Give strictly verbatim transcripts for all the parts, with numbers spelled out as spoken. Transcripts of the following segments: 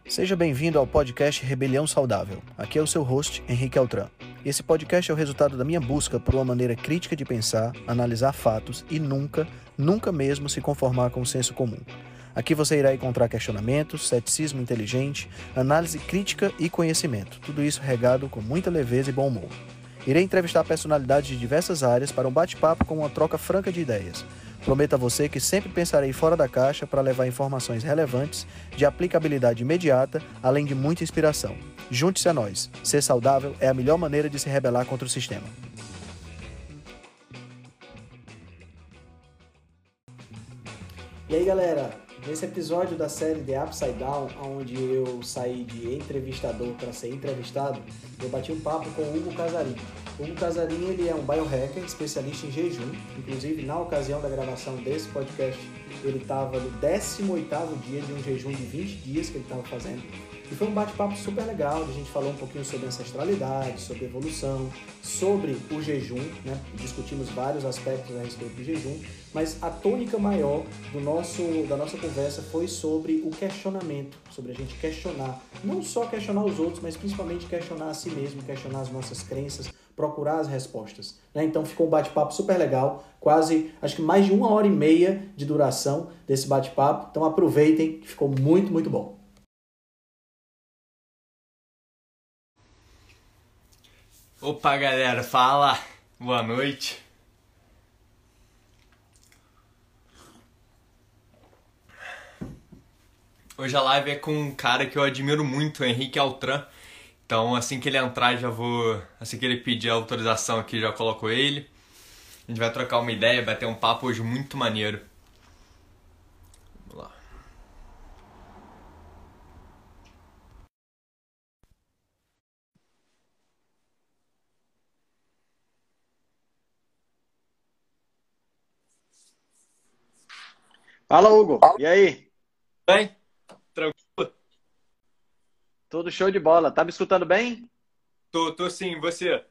Seja bem-vindo ao podcast Rebelião Saudável. Aqui é o seu host, Henrique Altran. Esse podcast é o resultado da minha busca por uma maneira crítica de pensar, analisar fatos e nunca, nunca mesmo se conformar com o senso comum. Aqui você irá encontrar questionamentos, ceticismo inteligente, análise crítica e conhecimento. Tudo isso regado com muita leveza e bom humor. Irei entrevistar personalidades de diversas áreas para um bate-papo com uma troca franca de ideias. Prometo a você que sempre pensarei fora da caixa para levar informações relevantes, de aplicabilidade imediata, além de muita inspiração. Junte-se a nós. Ser saudável é a melhor maneira de se rebelar contra o sistema. E aí, galera? Nesse episódio da série The Upside Down, onde eu saí de entrevistador para ser entrevistado, eu bati um papo com o Hugo Casarim. O Hugo Casarim, ele é um biohacker, especialista em jejum. Inclusive, na ocasião da gravação desse podcast, ele estava no décimo oitavo dia de um jejum de vinte dias que ele estava fazendo. E foi um bate-papo super legal, a gente falou um pouquinho sobre ancestralidade, sobre evolução, sobre o jejum, né? Discutimos vários aspectos a respeito do jejum, mas a tônica maior do nosso, da nossa conversa foi sobre o questionamento, sobre a gente questionar, não só questionar os outros, mas principalmente questionar a si mesmo, questionar as nossas crenças, procurar as respostas, né? Então ficou um bate-papo super legal, quase, acho que mais de uma hora e meia de duração desse bate-papo, então aproveitem, que ficou muito, muito bom. Opa, galera, fala! Boa noite. Hoje a live é com um cara que eu admiro muito, o Henrique Altran. Então, assim que ele entrar, já vou... Assim que ele pedir a autorização aqui, já coloco ele. A gente vai trocar uma ideia, vai ter um papo hoje muito maneiro. Vamos lá. Fala, Hugo. E aí? Bem? Tranquilo? Tudo show de bola. Tá me escutando bem? Tô, tô sim, você?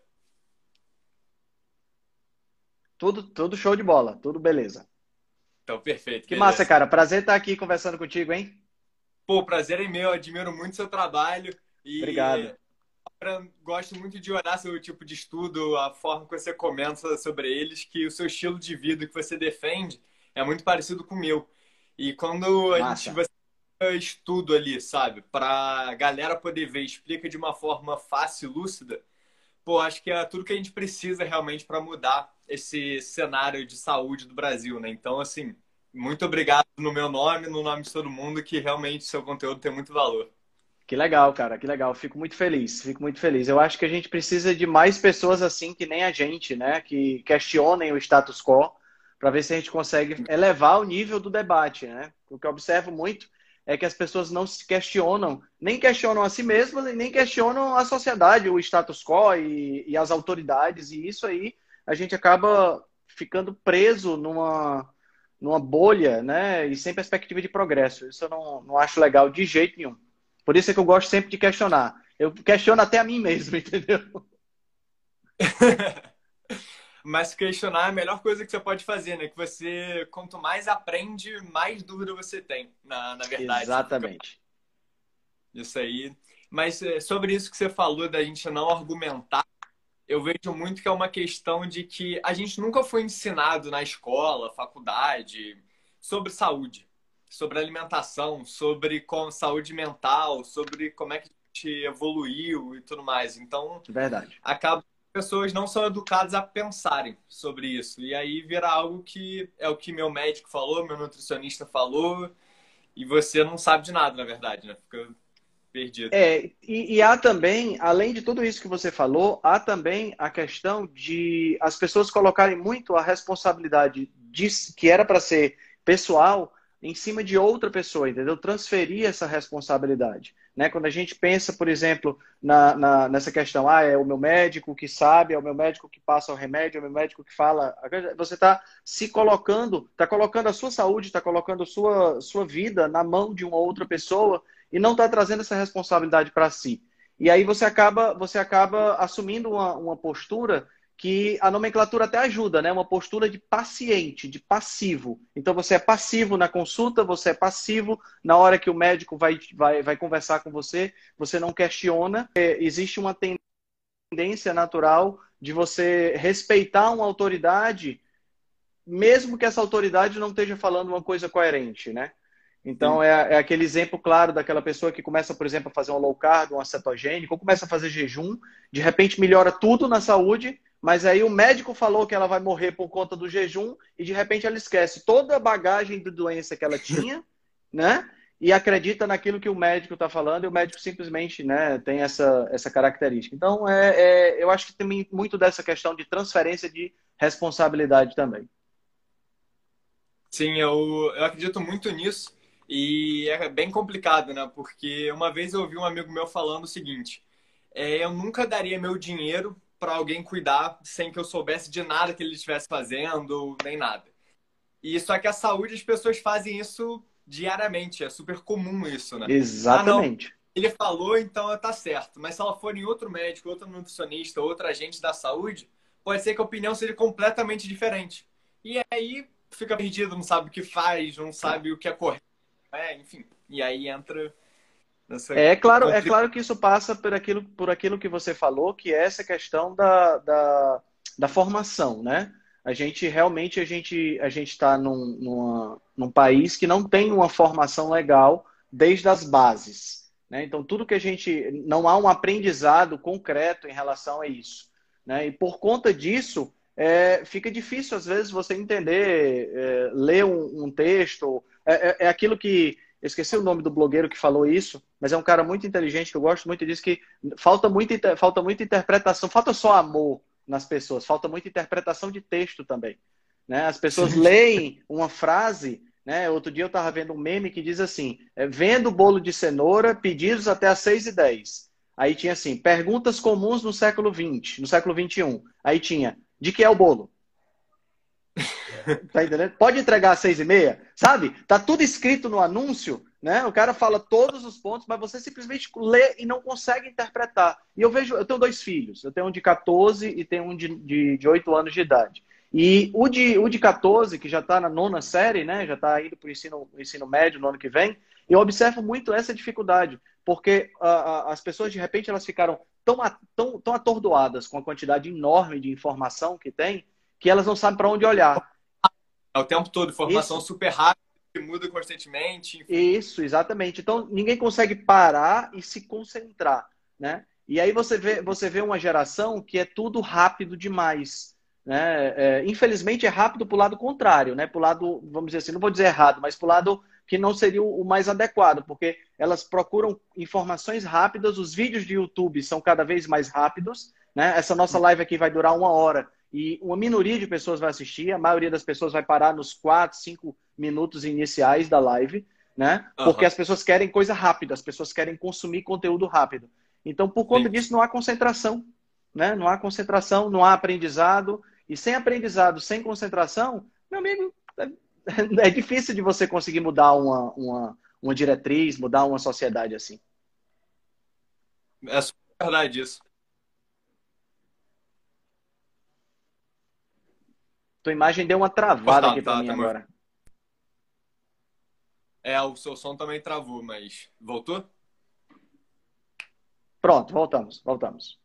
Tudo, tudo show de bola. Tudo beleza. Então, perfeito, Que beleza. massa, cara. Prazer estar aqui conversando contigo, hein? Pô, o prazer é meu, eu admiro muito seu trabalho e Obrigado. eu gosto muito de olhar seu tipo de estudo, a forma que você comenta sobre eles, que o seu estilo de vida que você defende é muito parecido com o meu. E quando a gente Massa. você estudo ali, sabe, pra galera poder ver, explica de uma forma fácil e lúcida, pô, acho que é tudo que a gente precisa realmente para mudar esse cenário de saúde do Brasil, né? Então, assim, muito obrigado no meu nome, no nome de todo mundo, que realmente seu conteúdo tem muito valor. Que legal, cara. Que legal. Fico muito feliz. Fico muito feliz. Eu acho que a gente precisa de mais pessoas assim que nem a gente, né? Que questionem o status quo para ver se a gente consegue elevar o nível do debate, né? O que eu observo muito é que as pessoas não se questionam, nem questionam a si mesmas e nem questionam a sociedade, o status quo e, e as autoridades. E isso aí a gente acaba ficando preso numa, numa bolha, né? E sem perspectiva de progresso. Isso eu não, não acho legal de jeito nenhum. Por isso é que eu gosto sempre de questionar. Eu questiono até a mim mesmo, entendeu? Mas questionar é a melhor coisa que você pode fazer, né? Que você, quanto mais aprende, mais dúvida você tem, na, na verdade. Você fica Exatamente. isso aí. Mas é, sobre isso que você falou da gente não argumentar, eu vejo muito que é uma questão de que a gente nunca foi ensinado na escola, faculdade, sobre saúde, sobre alimentação, sobre como, saúde mental, sobre como é que a gente evoluiu e tudo mais. Então, Verdade. acaba que as pessoas não são educadas a pensarem sobre isso. E aí vira algo que é o que meu médico falou, meu nutricionista falou, e você não sabe de nada, na verdade, né? Fica perdido. É, e, e há também, além de tudo isso que você falou, há também a questão de as pessoas colocarem muito a responsabilidade de, que era para ser pessoal em cima de outra pessoa, entendeu? Transferir essa responsabilidade. Né? Quando a gente pensa, por exemplo, na, na, nessa questão, ah, é o meu médico que sabe, é o meu médico que passa o remédio, é o meu médico que fala. Você está se colocando, está colocando a sua saúde, está colocando a sua, sua vida na mão de uma outra pessoa e não está trazendo essa responsabilidade para si. E aí você acaba, você acaba assumindo uma, uma postura que a nomenclatura até ajuda, né? Uma postura de paciente, de passivo. Então você é passivo na consulta, você é passivo na hora que o médico vai, vai, vai conversar com você, você não questiona. É, existe uma tendência natural de você respeitar uma autoridade, mesmo que essa autoridade não esteja falando uma coisa coerente, né? Então, é, é aquele exemplo claro daquela pessoa que começa, por exemplo, a fazer um low carb, um cetogênico, ou começa a fazer jejum, de repente melhora tudo na saúde, mas aí o médico falou que ela vai morrer por conta do jejum e de repente ela esquece toda a bagagem de doença que ela tinha, né? E acredita naquilo que o médico está falando e o médico simplesmente, né, tem essa, essa característica. Então, é, é, eu acho que tem muito dessa questão de transferência de responsabilidade também. Sim, eu, eu acredito muito nisso. E é bem complicado, né? Porque uma vez eu ouvi um amigo meu falando o seguinte: é, eu nunca daria meu dinheiro para alguém cuidar sem que eu soubesse de nada que ele estivesse fazendo, nem nada. E só que a saúde, as pessoas fazem isso diariamente, é super comum isso, né? Exatamente. Ah, não, ele falou, então tá certo. Mas se ela for em outro médico, outro nutricionista, outro agente da saúde, pode ser que a opinião seja completamente diferente. E aí fica perdido, não sabe o que faz, não sabe o que é correto. É, enfim, e aí entra nessa... É claro, é claro que isso passa por aquilo, por aquilo que você falou, que é essa questão da, da, da formação, né? A gente realmente a gente a gente está num, numa, num país que não tem uma formação legal desde as bases, né? Então tudo que a gente não há um aprendizado concreto em relação a isso, né? E por conta disso é, fica difícil às vezes você entender, é, ler um, um texto. É, é, é aquilo que eu esqueci o nome do blogueiro que falou isso, mas é um cara muito inteligente que eu gosto muito, diz que falta muita, falta muita interpretação, falta só amor nas pessoas, falta muita interpretação de texto também, né? As pessoas Sim. leem uma frase, né? Outro dia eu estava vendo um meme que diz assim, é, vendo bolo de cenoura, pedidos até às seis e dez. Aí tinha assim, perguntas comuns no século vinte, no século vinte e um. Aí tinha, de que é o bolo? Tá entendendo? Pode entregar às seis e meia, sabe? Tá tudo escrito no anúncio, né? O cara fala todos os pontos, mas você simplesmente lê e não consegue interpretar. E eu vejo, eu tenho dois filhos, eu tenho um de quatorze e tenho um de, de, de oito anos de idade. E o de, o de quatorze, que já está na nona série, né? Já está indo para o ensino, ensino médio no ano que vem, eu observo muito essa dificuldade, porque uh, as pessoas, de repente, elas ficaram tão, tão, tão atordoadas com a quantidade enorme de informação que tem, que elas não sabem para onde olhar. É o tempo todo, informação Isso. super rápida, que muda constantemente. Enfim. Isso, exatamente. Então, ninguém consegue parar e se concentrar, né? E aí você vê, você vê uma geração que é tudo rápido demais, né? É, infelizmente é rápido para o lado contrário, né? Para o lado, vamos dizer assim, não vou dizer errado, mas para o lado que não seria o mais adequado, porque elas procuram informações rápidas, os vídeos de YouTube são cada vez mais rápidos, né? Essa nossa live aqui vai durar uma hora. E uma minoria de pessoas vai assistir, a maioria das pessoas vai parar nos quatro, cinco minutos iniciais da live, né? Porque uhum. as pessoas querem coisa rápida, as pessoas querem consumir conteúdo rápido. Então, por conta Sim. disso, não há concentração, né? Não há concentração, não há aprendizado. E sem aprendizado, sem concentração, meu amigo, é difícil de você conseguir mudar uma, uma, uma diretriz, mudar uma sociedade assim. É verdade isso. Tua imagem deu uma travada tá, aqui para tá, mim tá agora. É, o seu som também travou, mas voltou? Pronto, voltamos, voltamos.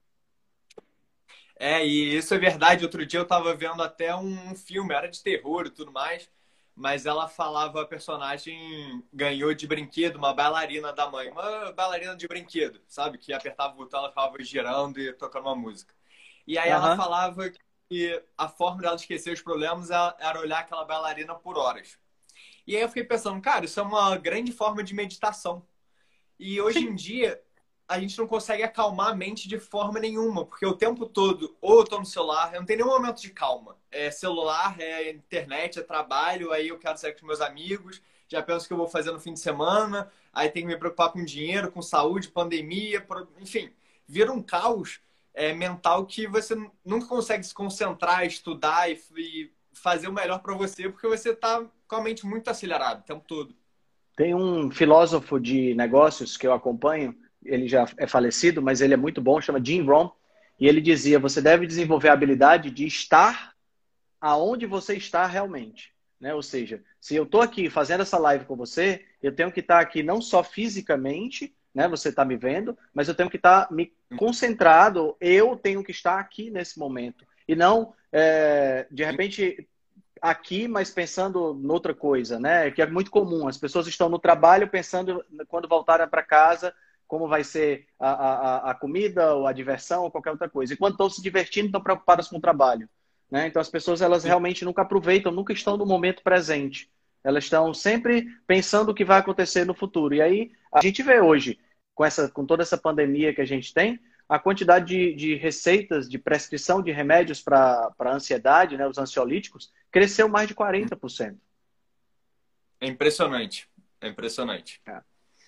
É, e isso é verdade. Outro dia eu tava vendo até um filme, era de terror e tudo mais, mas ela falava, a personagem ganhou de brinquedo uma bailarina da mãe, uma bailarina de brinquedo, sabe? Que apertava o botão, ela ficava girando e tocando uma música. E aí uhum. ela falava que a forma dela esquecer os problemas era olhar aquela bailarina por horas. E aí eu fiquei pensando, cara, isso é uma grande forma de meditação. E hoje Sim. em dia, a gente não consegue acalmar a mente de forma nenhuma, porque o tempo todo, ou eu tô no celular, eu não tenho nenhum momento de calma. É celular, é internet, é trabalho, aí eu quero sair com meus amigos, já penso o que eu vou fazer no fim de semana, aí tenho que me preocupar com dinheiro, com saúde, pandemia, enfim, vira um caos é, mental que você nunca consegue se concentrar, estudar e, e fazer o melhor para você, porque você tá com a mente muito acelerada o tempo todo. Tem um filósofo de negócios que eu acompanho, ele já é falecido, mas ele é muito bom, chama Jim Rohn, E ele dizia, você deve desenvolver a habilidade de estar aonde você está realmente. Né? Ou seja, se eu estou aqui fazendo essa live com você, eu tenho que estar aqui não só fisicamente, né? Você está me vendo, mas eu tenho que estar me concentrado, eu tenho que estar aqui nesse momento. E não, é, de repente, aqui, mas pensando noutra coisa, né? Que é muito comum. As pessoas estão no trabalho pensando, quando voltarem para casa, como vai ser a, a, a comida, ou a diversão, ou qualquer outra coisa. E quando estão se divertindo, estão preocupadas com o trabalho. Né? Então, as pessoas, elas realmente nunca aproveitam, nunca estão no momento presente. Elas estão sempre pensando o que vai acontecer no futuro. E aí, a gente vê hoje, com, essa, com toda essa pandemia que a gente tem, a quantidade de, de receitas, de prescrição de remédios para a ansiedade, né, os ansiolíticos, cresceu mais de quarenta por cento. É impressionante. É impressionante. É.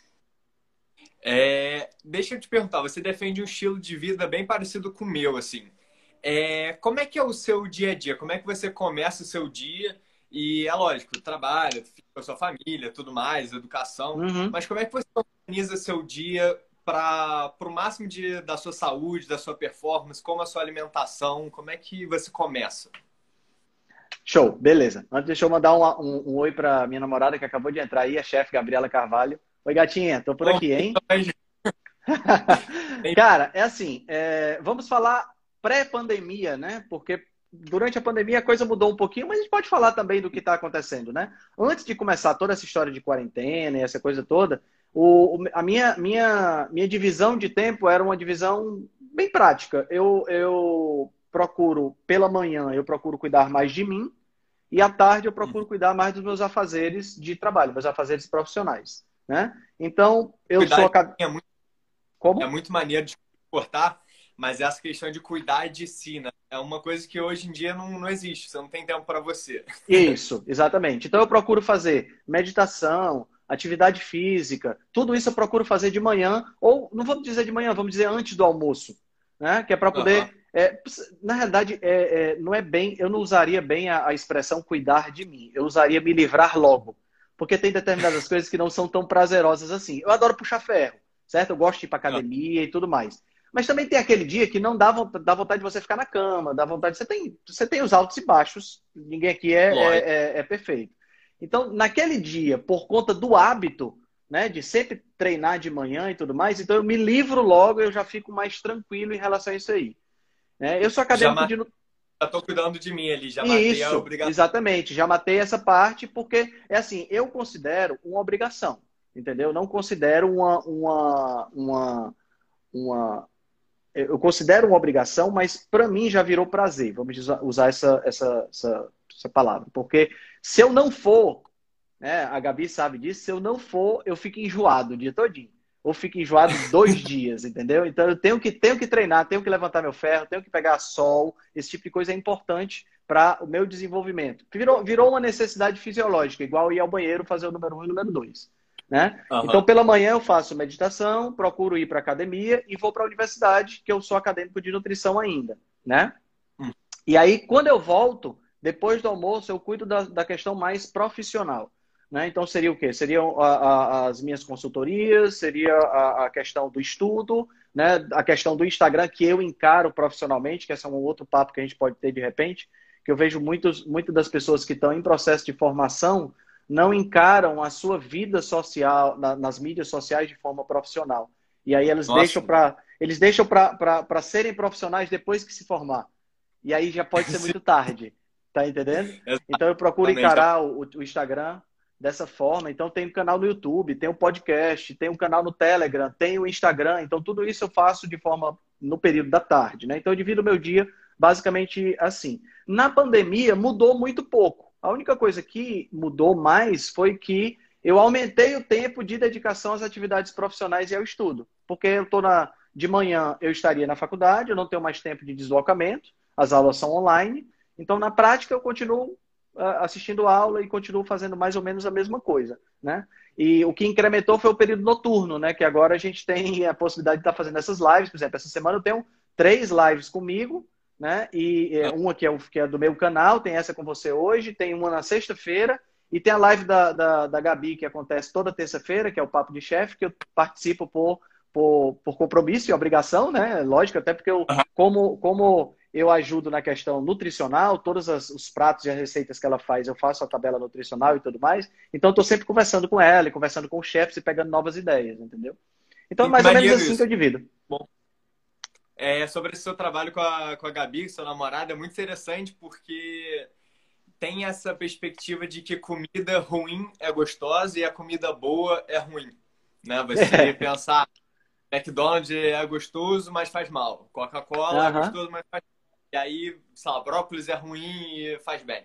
É, deixa eu te perguntar, você defende um estilo de vida bem parecido com o meu, assim. É, como é que é o seu dia a dia? Como é que você começa o seu dia? E é lógico, trabalho, fica com a sua família, tudo mais, educação. Uhum. Mas como é que você organiza seu dia para o máximo de, da sua saúde, da sua performance, como a sua alimentação? Como é que você começa? Show, beleza. Antes, deixa eu mandar um, um, um oi para minha namorada que acabou de entrar aí, a chefe Gabriela Carvalho. Oi, gatinha, tô por aqui, hein? Cara, é assim, é, vamos falar pré-pandemia, né? Porque durante a pandemia a coisa mudou um pouquinho, mas a gente pode falar também do que está acontecendo, né? Antes de começar toda essa história de quarentena e essa coisa toda, o, a minha, minha, minha divisão de tempo era uma divisão bem prática. Eu, eu procuro, pela manhã, eu procuro cuidar mais de mim e à tarde eu procuro cuidar mais dos meus afazeres de trabalho, meus afazeres profissionais, né? Então, eu Cuidar sou... é muito, Como? é muito maneiro de cortar, mas essa questão de cuidar de si, né? É uma coisa que hoje em dia não, não existe. Você não tem tempo para você. Isso, exatamente. Então eu procuro fazer meditação, atividade física, tudo isso eu procuro fazer de manhã, ou não vamos dizer de manhã, vamos dizer antes do almoço, né? Que é para poder... Uhum. É, na realidade, é, é, não é bem, eu não usaria bem a, a expressão cuidar de mim. Eu usaria me livrar logo. Porque tem determinadas coisas que não são tão prazerosas assim. Eu adoro puxar ferro, certo? Eu gosto de ir para academia e tudo mais. Mas também tem aquele dia que não dá vontade, dá vontade de você ficar na cama, dá vontade... Você tem, você tem os altos e baixos, ninguém aqui é, é, é, é perfeito. Então, naquele dia, por conta do hábito, né, de sempre treinar de manhã e tudo mais, então eu me livro logo, eu já fico mais tranquilo em relação a isso aí. É, eu sou acadêmico Já de... Já estou cuidando de mim ali, já matei Isso, a obrigação. exatamente, já matei essa parte, porque é assim, eu considero uma obrigação, entendeu? Eu não considero uma, uma, uma, uma... Eu considero uma obrigação, mas para mim já virou prazer, vamos usar essa, essa, essa, essa palavra. Porque se eu não for, né, a Gabi sabe disso, se eu não for, eu fico enjoado o dia todinho. Ou fico enjoado dois dias, entendeu? Então eu tenho que, tenho que treinar, tenho que levantar meu ferro, tenho que pegar sol, esse tipo de coisa é importante para o meu desenvolvimento. Virou, virou uma necessidade fisiológica, igual ir ao banheiro fazer o número um e o número dois. Né? Uhum. Então, pela manhã eu faço meditação, procuro ir para a academia e vou para a universidade, que eu sou acadêmico de nutrição ainda. Né? Uhum. E aí, quando eu volto, depois do almoço, eu cuido da, da questão mais profissional. Né? Então, seria o quê? Seriam a, a, as minhas consultorias, seria a, a questão do estudo, né? A questão do Instagram, que eu encaro profissionalmente, que esse é um outro papo que a gente pode ter de repente, que eu vejo muitos, muitas das pessoas que estão em processo de formação não encaram a sua vida social, na, nas mídias sociais de forma profissional. E aí eles Nossa. deixam para eles deixam para serem profissionais depois que se formar. E aí já pode ser muito tarde. Tá entendendo? Então eu procuro encarar o, o Instagram dessa forma. Então tem um canal no YouTube, tem um podcast, tem um canal no Telegram, tem o Instagram. Então tudo isso eu faço de forma no período da tarde, né? Então eu divido o meu dia basicamente assim. Na pandemia mudou muito pouco. A única coisa que mudou mais foi que eu aumentei o tempo de dedicação às atividades profissionais e ao estudo. Porque eu tô na de manhã eu estaria na faculdade, eu não tenho mais tempo de deslocamento, as aulas são online. Então na prática eu continuo assistindo aula e continuo fazendo mais ou menos a mesma coisa, né? E o que incrementou foi o período noturno, né? Que agora a gente tem a possibilidade de estar fazendo essas lives. Por exemplo, essa semana eu tenho três lives comigo, né? E é, uma que é, o, que é do meu canal, tem essa com você hoje, tem uma na sexta-feira e tem a live da, da, da Gabi, que acontece toda terça-feira, que é o Papo de Chefe, que eu participo por, por, por compromisso e obrigação, né? Lógico, até porque eu, como, como eu ajudo na questão nutricional, todos as, os pratos e as receitas que ela faz, eu faço a tabela nutricional e tudo mais. Então, estou sempre conversando com ela, e conversando com os chefs e pegando novas ideias, entendeu? Então, é mais ou menos assim que eu divido. Bom, é, sobre esse seu trabalho com a, com a Gabi, sua namorada, é muito interessante porque tem essa perspectiva de que comida ruim é gostosa e a comida boa é ruim, né? Você pensar, McDonald's é gostoso, mas faz mal. Coca-Cola Aham. é gostoso, mas faz mal. E aí, sei lá, brócolis é ruim e faz bem.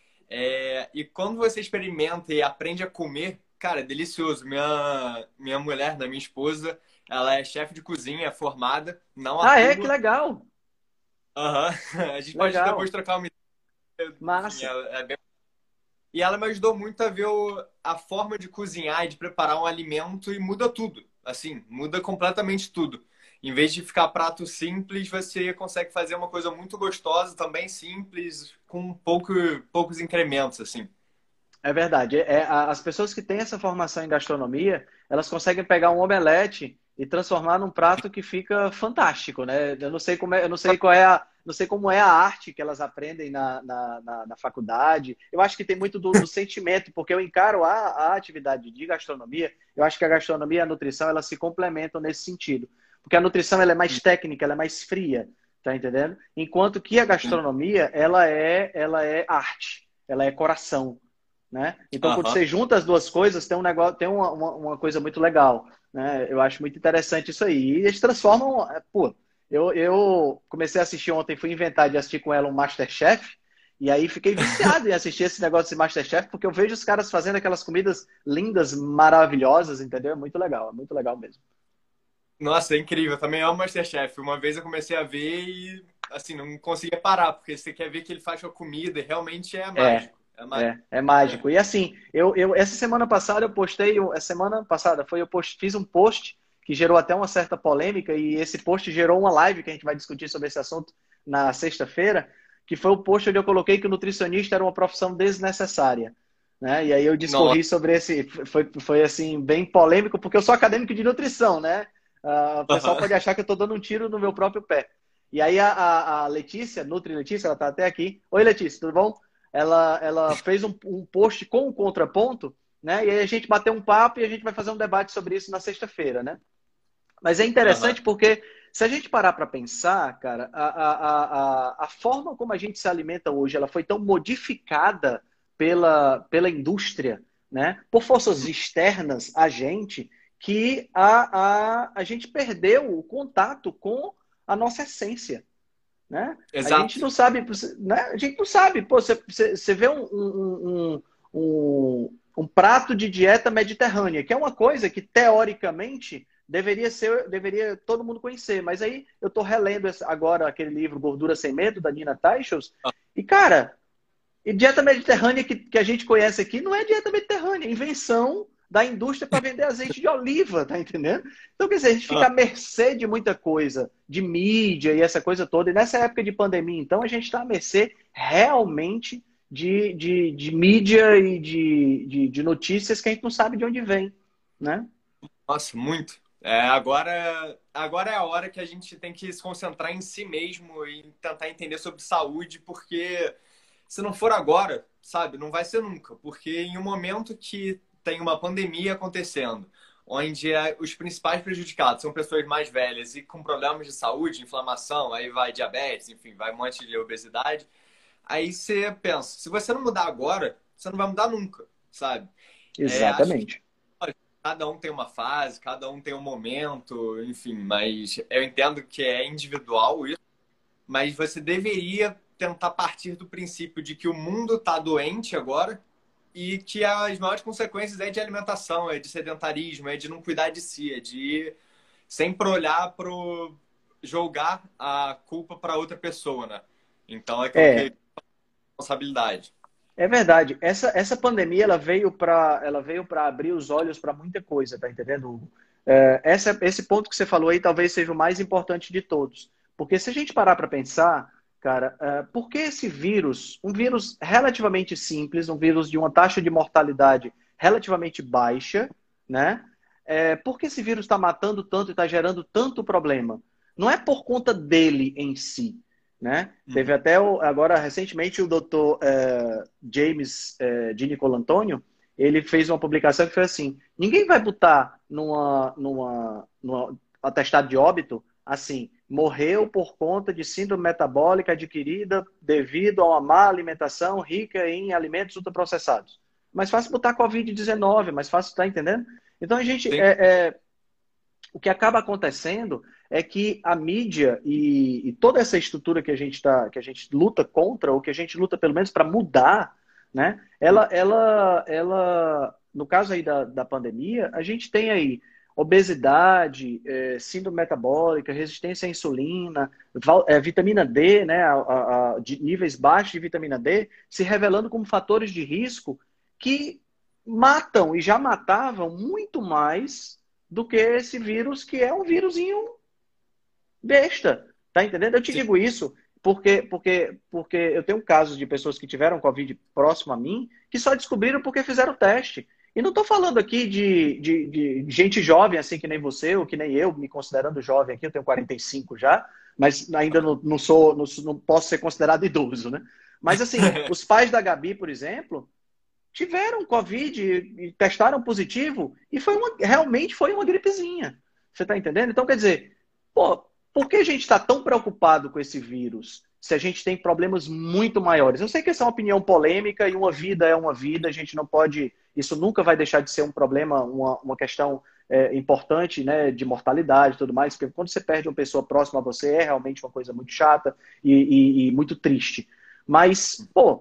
É, e quando você experimenta e aprende a comer, cara, é delicioso. Minha, minha mulher, né, minha esposa, ela é chefe de cozinha, é formada, não Ah, é? Que atua. legal. Aham. A gente pode depois Legal. trocar uma ideia. Enfim, Massa. é, é bem... E ela me ajudou muito a ver o- a forma de cozinhar e de preparar um alimento e muda tudo. Assim, muda completamente tudo. Em vez de ficar prato simples, você consegue fazer uma coisa muito gostosa, também simples, com pouco, poucos incrementos, assim. É verdade. É, a- as pessoas que têm essa formação em gastronomia, elas conseguem pegar um omelete e transformar num prato que fica fantástico, né? Eu não sei como é, eu não sei qual é a, não sei como é a arte que elas aprendem na, na, na, na faculdade. Eu acho que tem muito do, do sentimento, porque eu encaro a, a atividade de gastronomia. Eu acho que a gastronomia e a nutrição elas se complementam nesse sentido, porque a nutrição ela é mais técnica, ela é mais fria, tá entendendo? Enquanto que a gastronomia ela é, ela é arte, ela é coração. Né? Então, quando Aham. você junta as duas coisas, tem um negócio, tem uma, uma, uma coisa muito legal, né? Eu acho muito interessante isso aí. E eles transformam, é, pô, eu, eu comecei a assistir ontem, fui inventar de assistir com ela um MasterChef, e aí fiquei viciado em assistir esse negócio de MasterChef, porque eu vejo os caras fazendo aquelas comidas lindas, maravilhosas, entendeu? É muito legal, é muito legal mesmo. Nossa, é incrível. Eu também amo MasterChef. Uma vez eu comecei a ver e, assim, não conseguia parar, porque você quer ver que ele faz com a comida e realmente é É, mágico. É mágico. é, é É. mágico. E assim, eu, eu essa semana passada eu postei, essa semana passada foi eu post, fiz um post que gerou até uma certa polêmica e esse post gerou uma live que a gente vai discutir sobre esse assunto na sexta-feira, que foi o post onde eu coloquei que o nutricionista era uma profissão desnecessária, né? E aí eu Nossa. discorri sobre esse, foi, foi assim bem polêmico porque eu sou acadêmico de nutrição, né? Ah, o pessoal Aham. pode achar que eu estou dando um tiro no meu próprio pé. E aí a, a, a Letícia, Nutri Letícia, ela está até aqui. Oi, Letícia, tudo bom? Ela, ela fez um, um post com um contraponto, né? E aí a gente bateu um papo e a gente vai fazer um debate sobre isso na sexta-feira, né? Mas é Aham. interessante porque se a gente parar para pensar, cara, a, a, a, a forma como a gente se alimenta hoje, ela foi tão modificada pela, pela indústria, né? Por forças externas a gente, que a, a, a gente perdeu o contato com a nossa essência, né? A gente Exato. não sabe, né? A gente não sabe. Pô, você, você você vê um, um, um, um, um prato de dieta mediterrânea, que é uma coisa que, teoricamente, deveria ser, deveria todo mundo conhecer. Mas aí eu estou relendo agora aquele livro Gordura Sem Medo, da Nina Teicholz, e, cara, e dieta mediterrânea que, que a gente conhece aqui não é dieta mediterrânea, é invenção da indústria para vender azeite de oliva, tá entendendo? Então, quer dizer, a gente fica Ah, à mercê de muita coisa, de mídia e essa coisa toda. E nessa época de pandemia, então, a gente está à mercê realmente de, de, de mídia e de, de, de notícias que a gente não sabe de onde vem, né? nossa, muito. É, agora, agora é a hora que a gente tem que se concentrar em si mesmo e tentar entender sobre saúde, porque se não for agora, sabe, não vai ser nunca. Porque em um momento que tem uma pandemia acontecendo, onde é, os principais prejudicados são pessoas mais velhas e com problemas de saúde, inflamação, aí vai diabetes, enfim, vai um monte de obesidade. Aí você pensa, se você não mudar agora, você não vai mudar nunca, sabe? É, acho que Exatamente. cada um tem uma fase, cada um tem um momento, enfim, mas eu entendo que é individual isso, mas você deveria tentar partir do princípio de que o mundo está doente agora e que as maiores consequências é de alimentação, é de sedentarismo, é de não cuidar de si, é de sempre olhar pro jogar a culpa para outra pessoa, né? Então é aquilo que é É, responsabilidade. é verdade. Essa, essa pandemia ela veio para ela veio para abrir os olhos para muita coisa, tá entendendo, Hugo? É, essa, esse ponto que você falou aí talvez seja o mais importante de todos. Porque se a gente parar para pensar, cara, é, por que esse vírus, um vírus relativamente simples, um vírus de uma taxa de mortalidade relativamente baixa, né? é, por que esse vírus está matando tanto e está gerando tanto problema? Não é por conta dele em si, né? Uhum. Teve até, o, agora, recentemente, o doutor é, James é, Di Nicolantonio, ele fez uma publicação que foi assim, ninguém vai botar numa, numa, numa atestado de óbito, assim, morreu por conta de síndrome metabólica adquirida devido a uma má alimentação rica em alimentos ultraprocessados. Mais fácil botar covid dezenove, mais fácil, tá entendendo? Então a gente, é, é, o que acaba acontecendo é que a mídia e, e toda essa estrutura que a gente tá, que a gente luta contra, ou que a gente luta pelo menos para mudar, né? Ela, ela, ela, no caso aí da, da pandemia, a gente tem aí obesidade, é, síndrome metabólica, resistência à insulina, é, vitamina D, né, a, a, a, de níveis baixos de vitamina D, se revelando como fatores de risco que matam e já matavam muito mais do que esse vírus, que é um vírusinho besta. Tá entendendo? Eu te Sim. digo isso porque, porque, porque eu tenho casos de pessoas que tiveram Covid próximo a mim que só descobriram porque fizeram o teste. E não estou falando aqui de, de, de gente jovem, assim que nem você, ou que nem eu, me considerando jovem aqui, eu tenho quarenta e cinco já, mas ainda não, não sou, não, não posso ser considerado idoso, né? Mas assim, os pais da Gabi, por exemplo, tiveram Covid e testaram positivo e foi uma, realmente foi uma gripezinha. Você está entendendo? Então, quer dizer, pô, por que a gente está tão preocupado com esse vírus se a gente tem problemas muito maiores? Eu sei que essa é uma opinião polêmica e uma vida é uma vida, a gente não pode... Isso nunca vai deixar de ser um problema, uma, uma questão é, importante, né, de mortalidade e tudo mais, porque quando você perde uma pessoa próxima a você é realmente uma coisa muito chata e, e, e muito triste. Mas, pô,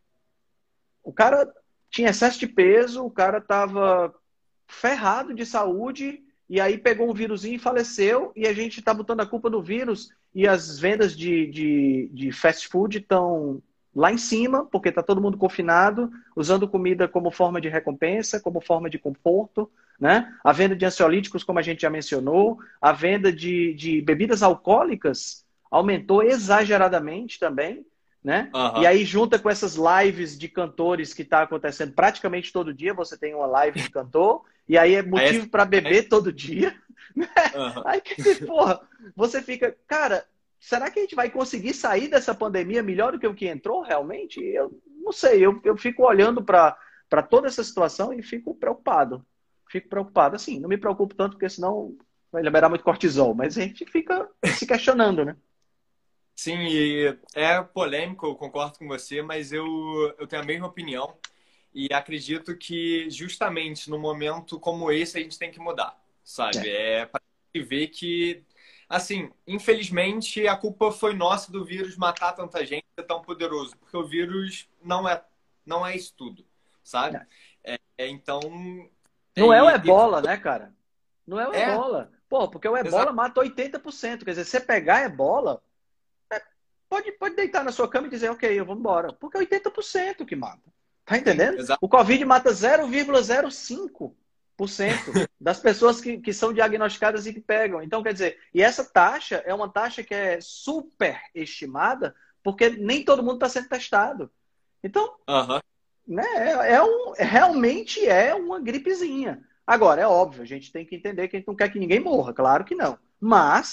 o cara tinha excesso de peso, o cara tava ferrado de saúde e aí pegou um vírusinho e faleceu e a gente tá botando a culpa no vírus e as vendas de, de, de fast food estão lá em cima, porque está todo mundo confinado, usando comida como forma de recompensa, como forma de conforto, né? A venda de ansiolíticos, como a gente já mencionou, a venda de, de bebidas alcoólicas aumentou exageradamente também, né? Uhum. E aí junta com essas lives de cantores que está acontecendo praticamente todo dia, você tem uma live de cantor, e aí é motivo para beber todo dia. Né? Uhum. Aí, porra, você fica, cara... Será que a gente vai conseguir sair dessa pandemia melhor do que o que entrou realmente? Eu não sei, eu, eu fico olhando para toda essa situação e fico preocupado. Fico preocupado. Assim, não me preocupo tanto, porque senão vai liberar muito cortisol, mas a gente fica se questionando, né? Sim, e é polêmico, eu concordo com você, mas eu, eu tenho a mesma opinião e acredito que justamente no momento como esse a gente tem que mudar, sabe? É, é para ver que... Assim, infelizmente, a culpa foi nossa do vírus matar tanta gente, ser tão poderoso. Porque o vírus não é, não é isso tudo, sabe? É, é, então... Não é, é o e, ebola, e... né, cara? Não é o é. ebola. Pô, porque o ebola Exato. Mata oitenta por cento. Quer dizer, você pegar ebola, é, pode, pode deitar na sua cama e dizer, ok, eu vou embora. Porque é oitenta por cento que mata. Tá entendendo? Sim, o Covid mata zero vírgula zero cinco por cento das pessoas que, que são diagnosticadas e que pegam. Então, quer dizer, e essa taxa é uma taxa que é super estimada porque nem todo mundo está sendo testado. Então, uhum. né, é, é um, realmente é uma gripezinha. Agora, é óbvio, a gente tem que entender que a gente não quer que ninguém morra, claro que não. Mas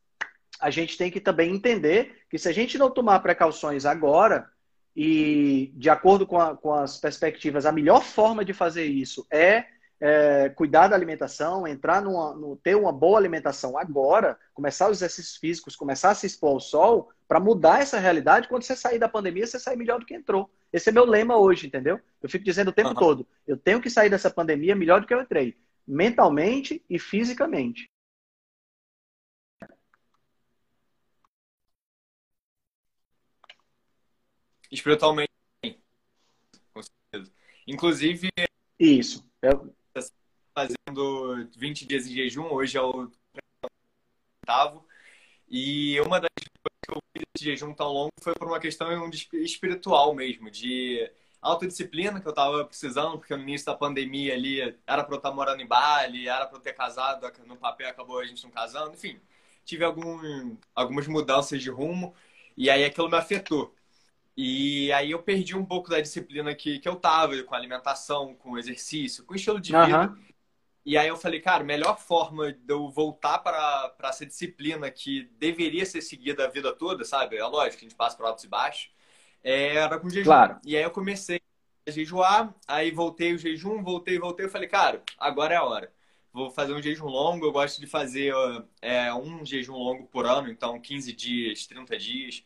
a gente tem que também entender que se a gente não tomar precauções agora e de acordo com, a, com as perspectivas, a melhor forma de fazer isso é É, cuidar da alimentação, entrar numa, no, ter uma boa alimentação agora, começar os exercícios físicos, começar a se expor ao sol, para mudar essa realidade. Quando você sair da pandemia, você sai melhor do que entrou. Esse é meu lema hoje, entendeu? Eu fico dizendo o tempo uhum. todo, eu tenho que sair dessa pandemia melhor do que eu entrei, mentalmente e fisicamente. Espiritualmente, com certeza. Inclusive... Isso. Eu... fazendo vinte dias em jejum, hoje é o oitavo, e uma das coisas que eu fiz esse jejum tão longo foi por uma questão espiritual mesmo, de autodisciplina que eu tava precisando, porque no início da pandemia ali era pra eu estar morando em Bali, era pra eu ter casado, no papel acabou a gente não casando, enfim, tive algum, algumas mudanças de rumo, e aí aquilo me afetou. E aí eu perdi um pouco da disciplina que, que eu tava, com alimentação, com exercício, com estilo de vida. Uhum. E aí eu falei, cara, a melhor forma de eu voltar para para essa disciplina que deveria ser seguida a vida toda, sabe? É lógico, a gente passa por altos e baixos, era com jejum. Claro. E aí eu comecei a jejuar, aí voltei o jejum, voltei, voltei. Eu falei, cara, agora é a hora. Vou fazer um jejum longo. Eu gosto de fazer é, um jejum longo por ano, então quinze dias, trinta dias.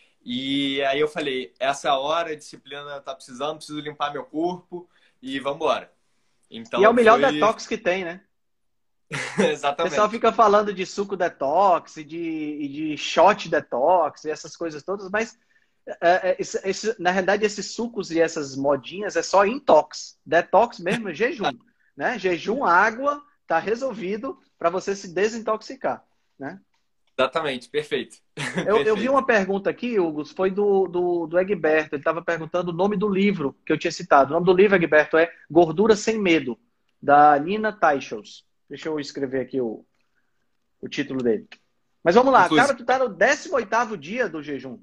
E aí eu falei, essa é a hora, a disciplina tá precisando, preciso limpar meu corpo e vamos embora. Então, e é o melhor foi... detox que tem, né? Exatamente. O pessoal fica falando de suco detox e de, e de shot detox e essas coisas todas, mas é, é, esse, esse, na realidade esses sucos e essas modinhas é só intox. Detox mesmo é jejum, né? Jejum, água, tá resolvido para você se desintoxicar, né? Exatamente, perfeito. Eu, perfeito. eu vi uma pergunta aqui, Hugo, foi do, do, do Egberto. Ele estava perguntando o nome do livro que eu tinha citado. O nome do livro, Egberto, é Gordura Sem Medo, da Nina Teicholz. Deixa eu escrever aqui o, o título dele. Mas vamos lá, Inclusive, cara, tu tá no décimo oitavo dia do jejum.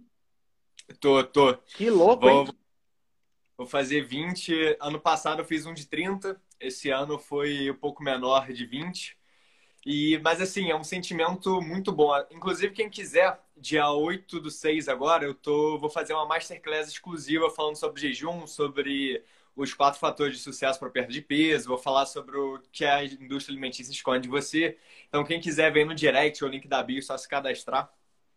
Tô, tô. Que louco, vou, hein? Vou fazer vinte. Ano passado eu fiz um de trinta. Esse ano foi um pouco menor, de vinte. E, mas assim, é um sentimento muito bom. Inclusive, quem quiser, dia oito do seis agora, eu tô, vou fazer uma masterclass exclusiva falando sobre jejum, sobre os quatro fatores de sucesso para perda de peso. Vou falar sobre o que a indústria alimentícia esconde de você. Então, quem quiser, vem no direct, o link da bio, só se cadastrar.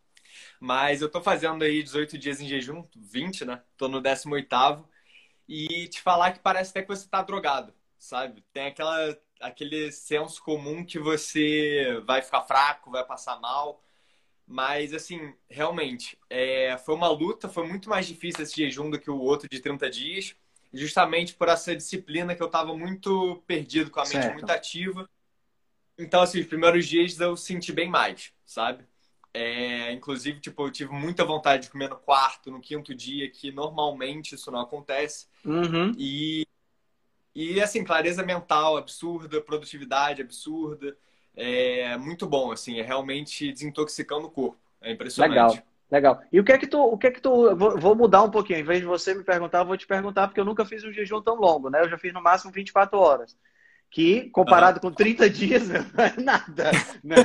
Mas eu tô fazendo aí dezoito dias em jejum, vinte, né? Tô no décimo oitavo. E te falar que parece até que você tá drogado, sabe? Tem aquela... aquele senso comum que você vai ficar fraco, vai passar mal. Mas, assim, realmente, é, foi uma luta, foi muito mais difícil esse jejum do que o outro de trinta dias, justamente por essa disciplina que eu estava muito perdido, com a mente Certo. muito ativa. Então, assim, os primeiros dias eu senti bem mais, sabe? É, inclusive, tipo, eu tive muita vontade de comer no quarto, no quinto dia, que normalmente isso não acontece. Uhum. E E, assim, clareza mental absurda, produtividade absurda. É muito bom, assim, é realmente desintoxicando o corpo. É impressionante. Legal, legal. E o que é que tu, o que é que tu, vou, vou mudar um pouquinho, em vez de você me perguntar, eu vou te perguntar, porque eu nunca fiz um jejum tão longo, né? Eu já fiz no máximo vinte e quatro horas, que comparado uhum. com trinta dias, não é nada, né?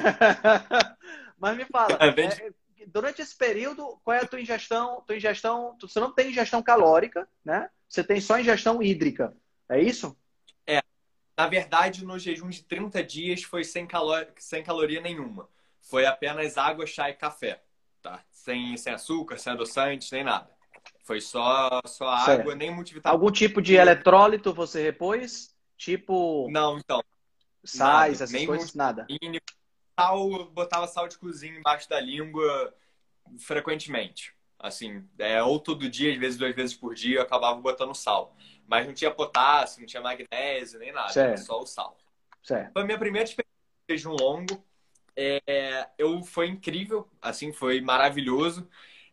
Mas me fala, É bem... é, durante esse período, qual é a tua ingestão? Tua ingestão, você não tem ingestão calórica, né? Você tem só ingestão hídrica, é isso? É, na verdade, no jejum de trinta dias foi sem, calor... sem caloria nenhuma. Foi apenas água, chá e café, tá? Sem, sem açúcar, sem adoçante, nem nada. Foi só, só água, nem multivitamina. Algum tipo de eletrólito você repôs? Tipo... Não, então. Sais, nada. essas Nem coisas? Nada. Sal, botava sal de cozinha embaixo da língua frequentemente. Assim, é, ou todo dia, às vezes duas vezes por dia, eu acabava botando sal. Mas não tinha potássio, não tinha magnésio, nem nada. Certo. Era só o sal. Certo. Foi a minha primeira experiência de jejum longo. É, eu, foi incrível, assim, foi maravilhoso.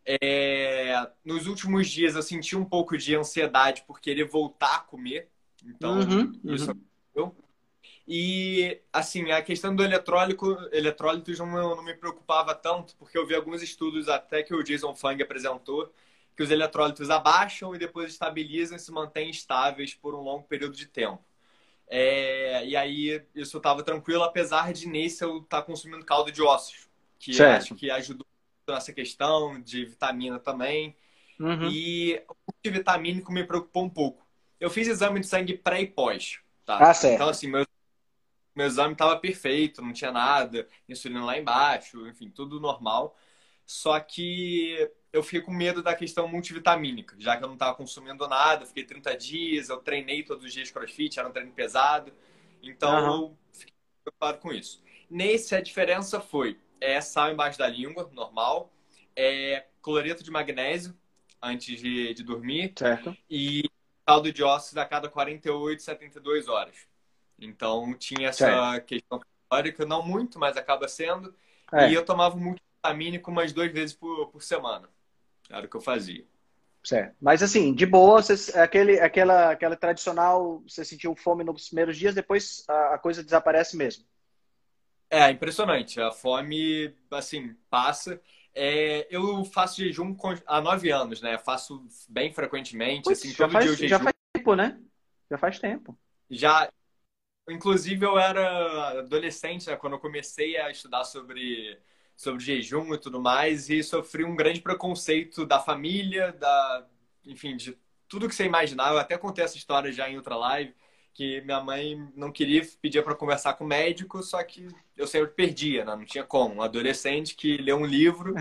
É, nos últimos dias eu senti um pouco de ansiedade por querer voltar a comer. Então, uhum, isso uhum. aconteceu. E, assim, a questão do eletrólito, eletrólito não, não me preocupava tanto, porque eu vi alguns estudos até que o Jason Fung apresentou, que os eletrólitos abaixam e depois estabilizam e se mantêm estáveis por um longo período de tempo. É, e aí, isso estava tranquilo, apesar de nesse eu estar tá consumindo caldo de ossos, que eu acho que ajudou nessa questão de vitamina também. Uhum. E o multivitamínico me preocupou um pouco. Eu fiz exame de sangue pré e pós, tá? Ah, certo. Então, assim, meu Meu exame estava perfeito, não tinha nada, insulina lá embaixo, enfim, tudo normal. Só que eu fiquei com medo da questão multivitamínica, já que eu não estava consumindo nada, fiquei trinta dias, eu treinei todos os dias crossfit, era um treino pesado. Então uhum. eu fiquei preocupado com isso. Nesse, a diferença foi é, sal embaixo da língua, normal, é, cloreto de magnésio antes de, de dormir, certo. E caldo de ossos a cada quarenta e oito, setenta e duas horas. Então, tinha essa certo. Questão calórica, não muito, mas acaba sendo. É. E eu tomava um multivitamínico umas duas vezes por, por semana. Era o que eu fazia. Certo. Mas assim, de boa, você, aquele, aquela, aquela tradicional, você sentiu fome nos primeiros dias, depois a, a coisa desaparece mesmo. É, impressionante. A fome, assim, passa. É, eu faço jejum há nove anos, né? Faço bem frequentemente. Pois, assim, já, todo faz, dia eu jejum. já faz tempo, né? Já faz tempo. Já... Inclusive, eu era adolescente, né, quando eu comecei a estudar sobre, sobre jejum e tudo mais, e sofri um grande preconceito da família, da, enfim, de tudo que você imaginar. Eu até contei essa história já em outra live, que minha mãe não queria, pedia para conversar com o médico, só que eu sempre perdia, né? Não tinha como. Um adolescente que lê um livro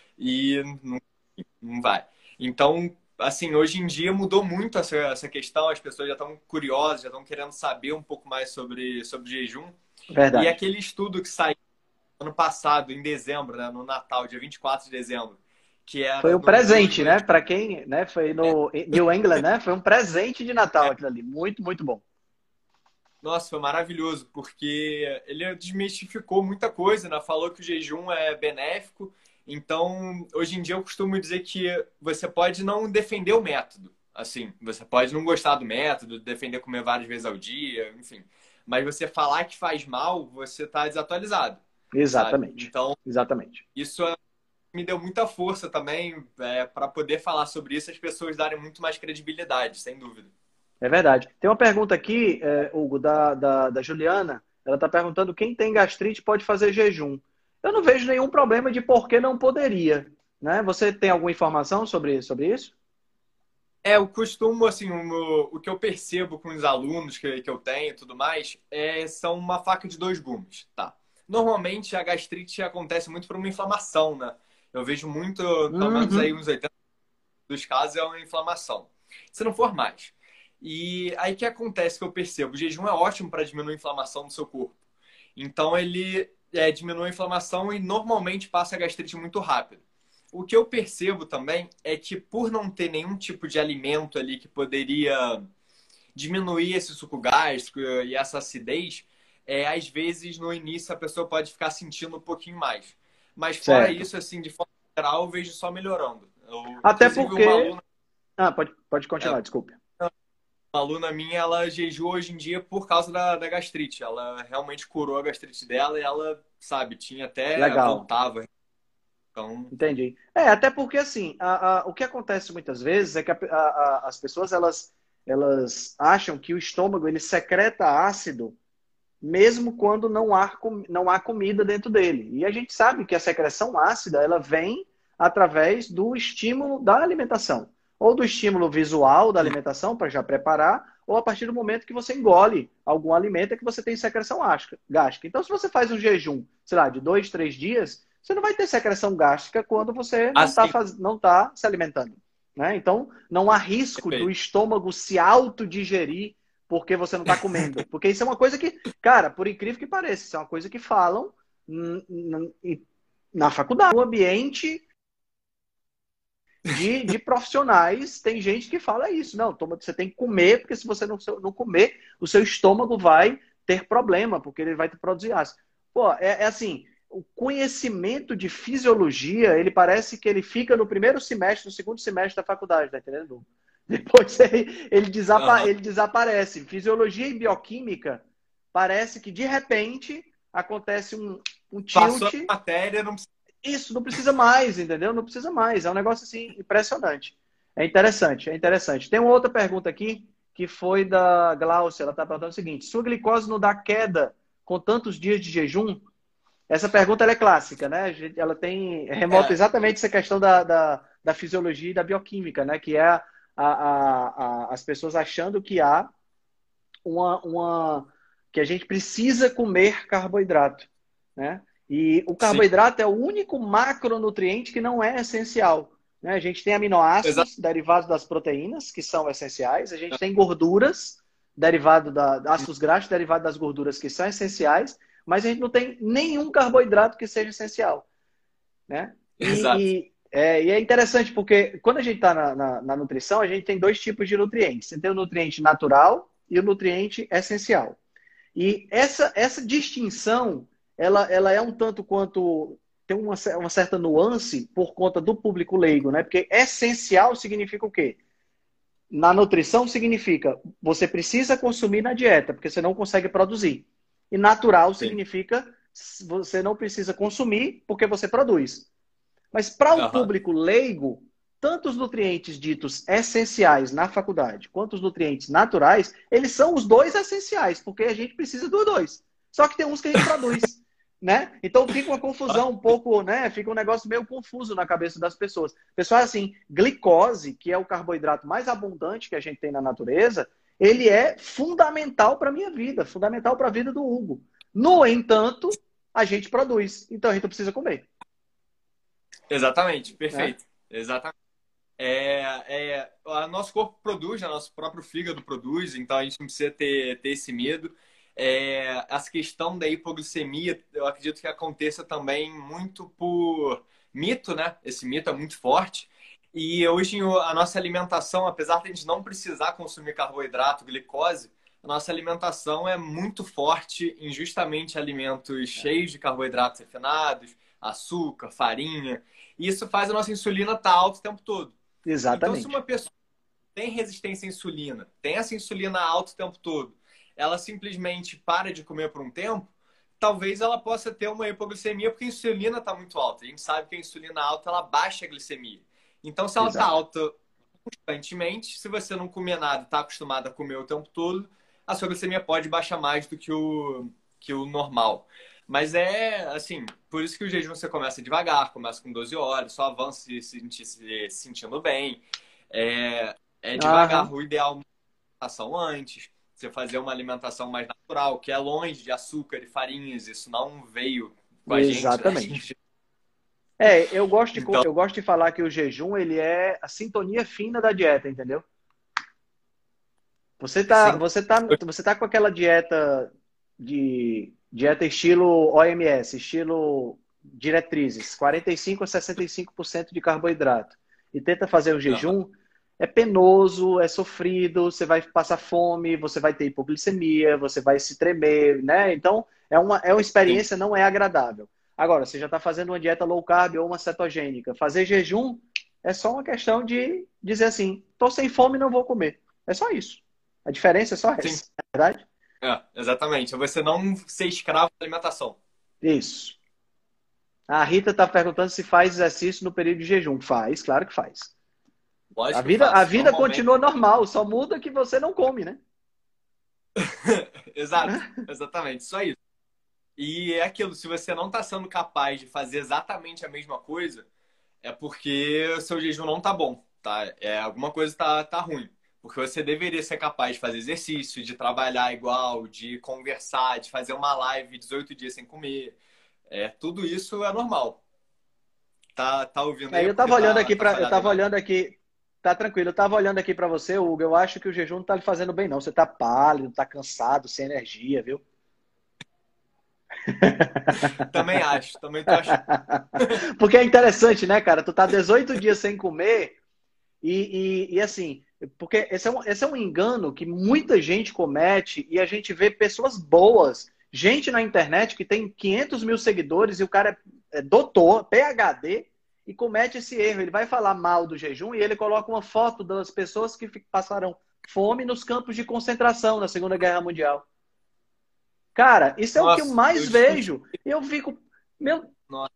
e não, não vai. Então, assim, hoje em dia mudou muito essa, essa questão, as pessoas já estão curiosas, já estão querendo saber um pouco mais sobre, sobre jejum. E Verdade. aquele estudo que saiu ano passado, em dezembro, né, no Natal, dia vinte e quatro de dezembro, que Foi era um no New presente, England. né? Para quem, né? Foi no New England, né? Foi um presente de Natal aquilo ali. Muito, muito bom. Nossa, foi maravilhoso, porque ele desmistificou muita coisa, né? Falou que o jejum é benéfico. Então, hoje em dia eu costumo dizer que você pode não defender o método. Assim, você pode não gostar do método, defender comer várias vezes ao dia, enfim. Mas você falar que faz mal, você está desatualizado, sabe? Exatamente. Então, Exatamente. isso me deu muita força também, é, para poder falar sobre isso, as pessoas darem muito mais credibilidade, sem dúvida. É verdade. Tem uma pergunta aqui, é, Hugo, da, da, da Juliana. Ela está perguntando quem tem gastrite pode fazer jejum. Eu não vejo nenhum problema de por que não poderia. Né? Você tem alguma informação sobre, sobre isso? É, eu costumo, assim, o, o que eu percebo com os alunos que, que eu tenho e tudo mais, é, são uma faca de dois gumes, tá? Normalmente a gastrite acontece muito por uma inflamação, né? Eu vejo muito, pelo menos aí Uhum. uns oitenta por cento dos casos é uma inflamação. Se não for mais. E aí o que acontece que eu percebo? O jejum é ótimo para diminuir a inflamação do seu corpo. Então ele é, diminui a inflamação e normalmente passa a gastrite muito rápido. O que eu percebo também é que por não ter nenhum tipo de alimento ali que poderia diminuir esse suco gástrico e essa acidez, é, às vezes no início a pessoa pode ficar sentindo um pouquinho mais. Mas fora Certo. isso, assim, de forma geral, eu vejo só melhorando. Eu, Até inclusive, uma porque... aluna, Ah, pode, pode é, continuar, desculpe. uma aluna minha, ela jejua hoje em dia por causa da, da gastrite. Ela realmente curou a gastrite dela e ela, sabe, tinha até, Legal. voltava. Então, Entendi. É, até porque assim, a, a, o que acontece muitas vezes é que a, a, as pessoas elas, elas acham que o estômago ele secreta ácido mesmo quando não há, não há comida dentro dele. E a gente sabe que a secreção ácida ela vem através do estímulo da alimentação. Ou do estímulo visual da alimentação, para já preparar, ou a partir do momento que você engole algum alimento é que você tem secreção gástrica. Então, se você faz um jejum, sei lá, de dois, três dias, você não vai ter secreção gástrica quando você não está assim, faz... não tá se alimentando. Né? Então, não há risco do estômago se autodigerir porque você não está comendo. Porque isso é uma coisa que, cara, por incrível que pareça, isso é uma coisa que falam na faculdade, no ambiente de, de profissionais, tem gente que fala isso. Não, toma, você tem que comer, porque se você não, não comer, o seu estômago vai ter problema, porque ele vai te produzir ácido. Pô, é, é assim, o conhecimento de fisiologia, ele parece que ele fica no primeiro semestre, no segundo semestre da faculdade, tá entendendo? Depois ele, ele, desapa uhum. ele desaparece. Fisiologia e bioquímica, parece que de repente acontece um, um tilt. Passou a matéria, não precisa. Isso, não precisa mais, entendeu? Não precisa mais. É um negócio assim impressionante. É interessante, é interessante. Tem uma outra pergunta aqui que foi da Glaucia. Ela está perguntando o seguinte: sua glicose não dá queda com tantos dias de jejum? Essa pergunta ela é clássica, né? Ela tem remota É. exatamente essa questão da, da, da fisiologia e da bioquímica, né? Que é a, a, a, as pessoas achando que há uma, uma que a gente precisa comer carboidrato, né? E o carboidrato Sim. é o único macronutriente que não é essencial. Né? A gente tem aminoácidos Exato. derivados das proteínas, que são essenciais. A gente tem gorduras, derivado da, ácidos graxos derivados das gorduras, que são essenciais. Mas a gente não tem nenhum carboidrato que seja essencial. Né? E, Exato. E é, e é interessante, porque quando a gente está na, na, na nutrição, a gente tem dois tipos de nutrientes. Você tem o nutriente natural e o nutriente essencial. E essa, essa distinção... Ela, ela é um tanto quanto... Tem uma, uma certa nuance por conta do público leigo, né? Porque essencial significa o quê? Na nutrição significa você precisa consumir na dieta, porque você não consegue produzir. E natural Sim. significa você não precisa consumir porque você produz. Mas para o uhum. público leigo, tanto os nutrientes ditos essenciais na faculdade, quanto os nutrientes naturais, eles são os dois essenciais, porque a gente precisa dos dois. Só que tem uns que a gente produz, né? Então fica uma confusão um pouco, né? Fica um negócio meio confuso na cabeça das pessoas. Pessoal, assim, glicose, que é o carboidrato mais abundante que a gente tem na natureza, ele é fundamental para a minha vida, fundamental para a vida do Hugo. No entanto, a gente produz, então a gente precisa comer. Exatamente, perfeito. É? Exatamente. É, é, o nosso corpo produz, né? Nosso próprio fígado produz, então a gente não precisa ter, ter esse medo. É, essa questão da hipoglicemia, eu acredito que aconteça também muito por mito, né? Esse mito é muito forte. E hoje a nossa alimentação, apesar de a gente não precisar consumir carboidrato, glicose, a nossa alimentação é muito forte em justamente alimentos cheios de carboidratos refinados, açúcar, farinha. E isso faz a nossa insulina estar alta o tempo todo. Exatamente. Então, se uma pessoa tem resistência à insulina, tem essa insulina alta o tempo todo, ela simplesmente para de comer por um tempo, talvez ela possa ter uma hipoglicemia porque a insulina está muito alta. A gente sabe que a insulina alta, ela baixa a glicemia. Então, se ela está alta constantemente, se você não comer nada, está acostumado a comer o tempo todo, a sua glicemia pode baixar mais do que o, que o normal. Mas é, assim, por isso que o jejum você começa devagar, começa com doze horas, só avança se, se, se sentindo bem. É, é devagar, Aham. o ideal é uma alimentação antes, você fazer uma alimentação mais natural, que é longe de açúcar e farinhas, isso não veio com a gente, né? Exatamente. É, eu gosto, de, Então, eu gosto de falar que o jejum, ele é a sintonia fina da dieta, entendeu? Você tá, sim, você tá, você tá com aquela dieta de dieta estilo O M S, estilo diretrizes, quarenta e cinco a sessenta e cinco por cento de carboidrato, e tenta fazer o aham, jejum, é penoso, é sofrido, você vai passar fome, você vai ter hipoglicemia, você vai se tremer, né? Então, é uma, é uma sim. experiência, não é agradável. Agora, você já está fazendo uma dieta low carb ou uma cetogênica. Fazer jejum é só uma questão de dizer assim, tô sem fome, não vou comer. É só isso. A diferença é só Sim, essa, não é verdade? é, exatamente. É você não ser escravo da alimentação. Isso. A Rita está perguntando se faz exercício no período de jejum. Faz, claro que faz. A Lógico que eu vida, a faço. vida Normalmente. continua normal, só muda que você não come, né? Exato, exatamente. Só isso. E é aquilo, se você não está sendo capaz de fazer exatamente a mesma coisa, é porque o seu jejum não tá bom, tá? É, alguma coisa tá, tá ruim. Porque você deveria ser capaz de fazer exercício, de trabalhar igual, de conversar, de fazer uma live dezoito dias sem comer. É, tudo isso é normal. Tá, tá ouvindo Aí aí? É eu porque tava olhando tá, aqui tá para, eu falhado a tava imagem. olhando aqui, tá tranquilo, eu tava olhando aqui para você, Hugo, eu acho que o jejum não tá lhe fazendo bem não. Você tá pálido, tá cansado, sem energia, viu? Também acho, também tô achando. Porque é interessante, né, cara? Tu tá dezoito dias sem comer e, e, e assim, porque esse é, um, esse é um engano que muita gente comete e a gente vê pessoas boas, gente na internet que tem quinhentos mil seguidores e o cara é, é doutor, P H D, e comete esse erro. Ele vai falar mal do jejum e ele coloca uma foto das pessoas que fi- passaram fome nos campos de concentração na Segunda Guerra Mundial. Cara, isso é o que eu Nossa, mais eu discuti. vejo. Eu fico, meu, Nossa,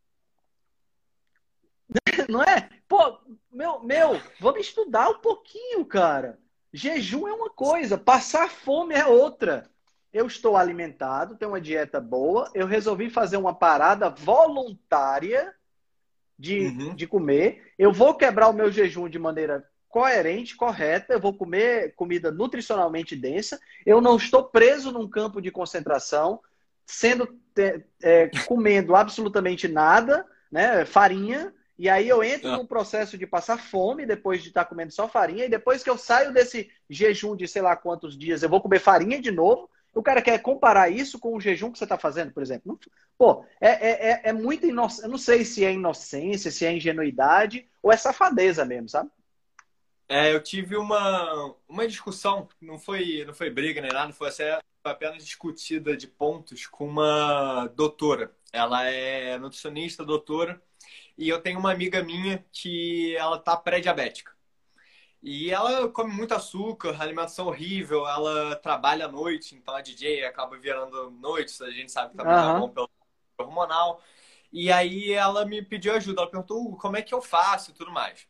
não é? Pô, meu, meu, vamos estudar um pouquinho, cara. Jejum é uma coisa, passar fome é outra. Eu estou alimentado, tenho uma dieta boa, eu resolvi fazer uma parada voluntária de, uhum, de comer. Eu vou quebrar o meu jejum de maneira coerente, correta, eu vou comer comida nutricionalmente densa, eu não estou preso num campo de concentração, sendo é, é, comendo absolutamente nada, né, farinha, e aí eu entro ah, num processo de passar fome depois de estar comendo só farinha, e depois que eu saio desse jejum de sei lá quantos dias, eu vou comer farinha de novo. O cara quer comparar isso com o jejum que você está fazendo, por exemplo. Não, pô, é, é, é, é muita inocência. Eu não sei se é inocência, se é ingenuidade ou é safadeza mesmo, sabe? é, eu tive uma, uma discussão, não foi, não foi briga nem nada, foi, até- foi apenas discutida de pontos com uma doutora. Ela é nutricionista, doutora, e eu tenho uma amiga minha que ela tá pré-diabética. E ela come muito açúcar, alimentação horrível, ela trabalha à noite, então a D J acaba virando noites, a gente sabe que também não é bom Aham. pelo hormonal. E aí ela me pediu ajuda, ela perguntou, "Hugo, como é que eu faço e tudo mais.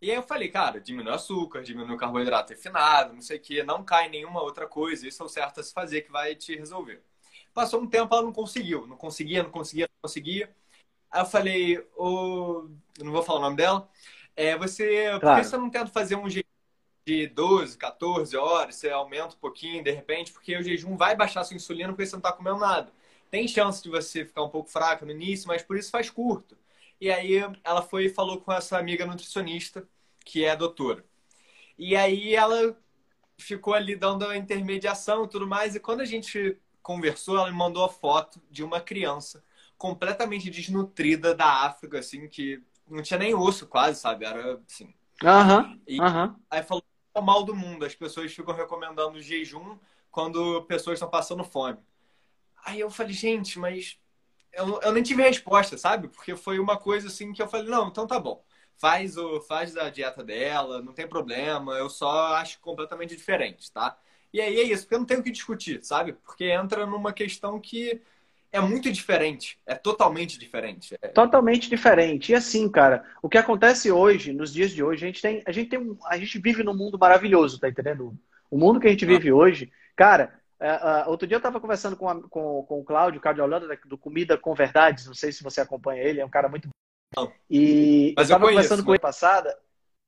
E aí eu falei, cara, diminui o açúcar, diminui o carboidrato refinado, não sei o que, não cai nenhuma outra coisa, isso é o certo a se fazer que vai te resolver. Passou um tempo, ela não conseguiu, não conseguia, não conseguia, não conseguia. Aí eu falei, ô, eu não vou falar o nome dela, é, você, por que você Claro. não tenta fazer um jejum de doze, quatorze horas, você aumenta um pouquinho de repente, porque o jejum vai baixar sua insulina porque você não está comendo nada. Tem chance de você ficar um pouco fraca no início, mas por isso faz curto. E aí ela foi e falou com essa amiga nutricionista, que é doutora. E aí ela ficou ali dando a intermediação e tudo mais, e quando a gente conversou, ela me mandou a foto de uma criança completamente desnutrida da África, assim, que não tinha nem osso quase, sabe? Era assim. Aham, E aham. aí falou é o mal do mundo. As pessoas ficam recomendando jejum quando pessoas estão passando fome. Aí eu falei, gente, mas eu, eu nem tive resposta, sabe? Porque foi uma coisa assim que eu falei, não, então tá bom. Faz, o, faz a dieta dela, não tem problema. Eu só acho completamente diferente, tá? E aí é isso, porque eu não tenho o que discutir, sabe? Porque entra numa questão que é muito diferente. É totalmente diferente. É... Totalmente diferente. E assim, cara, o que acontece hoje, nos dias de hoje, a gente tem, a gente tem um, a gente vive num mundo maravilhoso, tá entendendo? O mundo que a gente Ah, vive hoje, cara, uh, uh, outro dia eu tava conversando com, a, com, com o Cláudio, Cláudio Holanda, do Comida com Verdades, não sei se você acompanha ele, é um cara muito... não. E eu Mas eu tava conversando conheço, com mas... ele passada,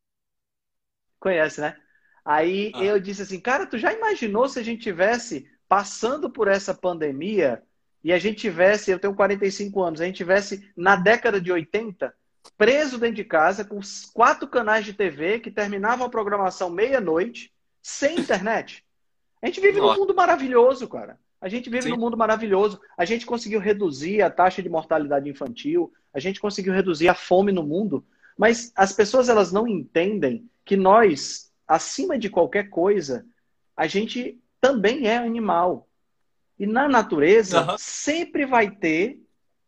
conhece, né? Aí Ah, eu disse assim, cara, tu já imaginou se a gente tivesse passando por essa pandemia e a gente tivesse, eu tenho quarenta e cinco anos, a gente tivesse na década de oitenta preso dentro de casa com os quatro canais de T V que terminavam a programação meia-noite, sem internet? A gente vive num nossa, mundo maravilhoso, cara. A gente vive sim. num mundo maravilhoso. A gente conseguiu reduzir a taxa de mortalidade infantil, a gente conseguiu reduzir a fome no mundo, mas as pessoas elas não entendem que nós, acima de qualquer coisa, a gente também é animal. E na natureza Aham. sempre vai ter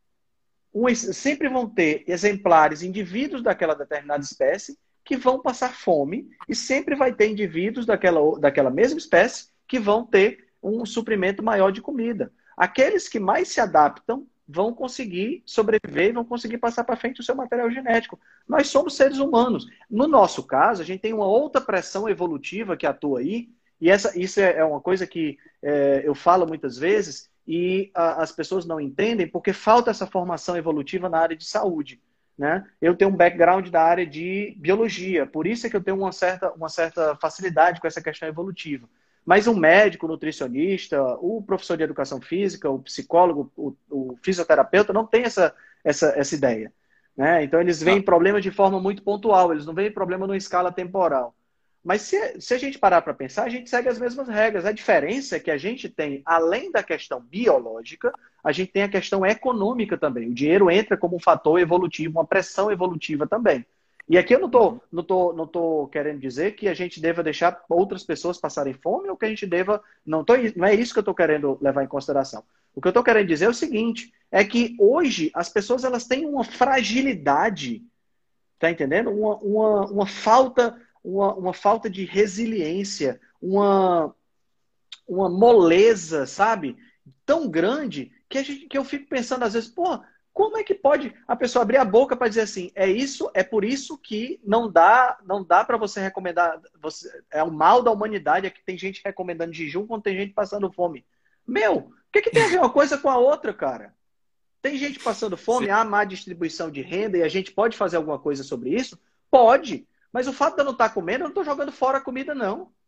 um, sempre vão ter exemplares, indivíduos daquela determinada espécie que vão passar fome e sempre vai ter indivíduos daquela, daquela mesma espécie que vão ter um suprimento maior de comida. Aqueles que mais se adaptam vão conseguir sobreviver e vão conseguir passar para frente o seu material genético. Nós somos seres humanos. No nosso caso, a gente tem uma outra pressão evolutiva que atua aí, e essa, isso é uma coisa que é, eu falo muitas vezes, e a, as pessoas não entendem porque falta essa formação evolutiva na área de saúde. Né? Eu tenho um background da área de biologia, por isso é que eu tenho uma certa, uma certa facilidade com essa questão evolutiva. Mas um médico, nutricionista, o professor de educação física, o psicólogo, o, o fisioterapeuta não tem essa, essa, essa ideia. Né? Então eles Ah, veem problemas de forma muito pontual, eles não veem problema numa escala temporal. Mas se, se a gente parar para pensar, a gente segue as mesmas regras. A diferença é que a gente tem, além da questão biológica, a gente tem a questão econômica também. O dinheiro entra como um fator evolutivo, uma pressão evolutiva também. E aqui eu não uhum. estou não tô, não tô querendo dizer que a gente deva deixar outras pessoas passarem fome ou que a gente deva... Não, tô, não é isso que eu estou querendo levar em consideração. O que eu estou querendo dizer é o seguinte, é que hoje as pessoas elas têm uma fragilidade, tá entendendo? Uma, uma, uma falta... Uma, uma falta de resiliência, uma, uma moleza, sabe? Tão grande que, a gente, que eu fico pensando às vezes, pô, como é que pode a pessoa abrir a boca para dizer assim, é isso, é por isso que não dá, não dá para você recomendar, você, é o mal da humanidade, é que tem gente recomendando jejum quando tem gente passando fome. Meu, o que, que tem a ver uma coisa com a outra, cara? Tem gente passando Sim, fome, há má distribuição de renda e a gente pode fazer alguma coisa sobre isso? Pode. Mas o fato de eu não estar comendo, eu não estou jogando fora a comida, não. O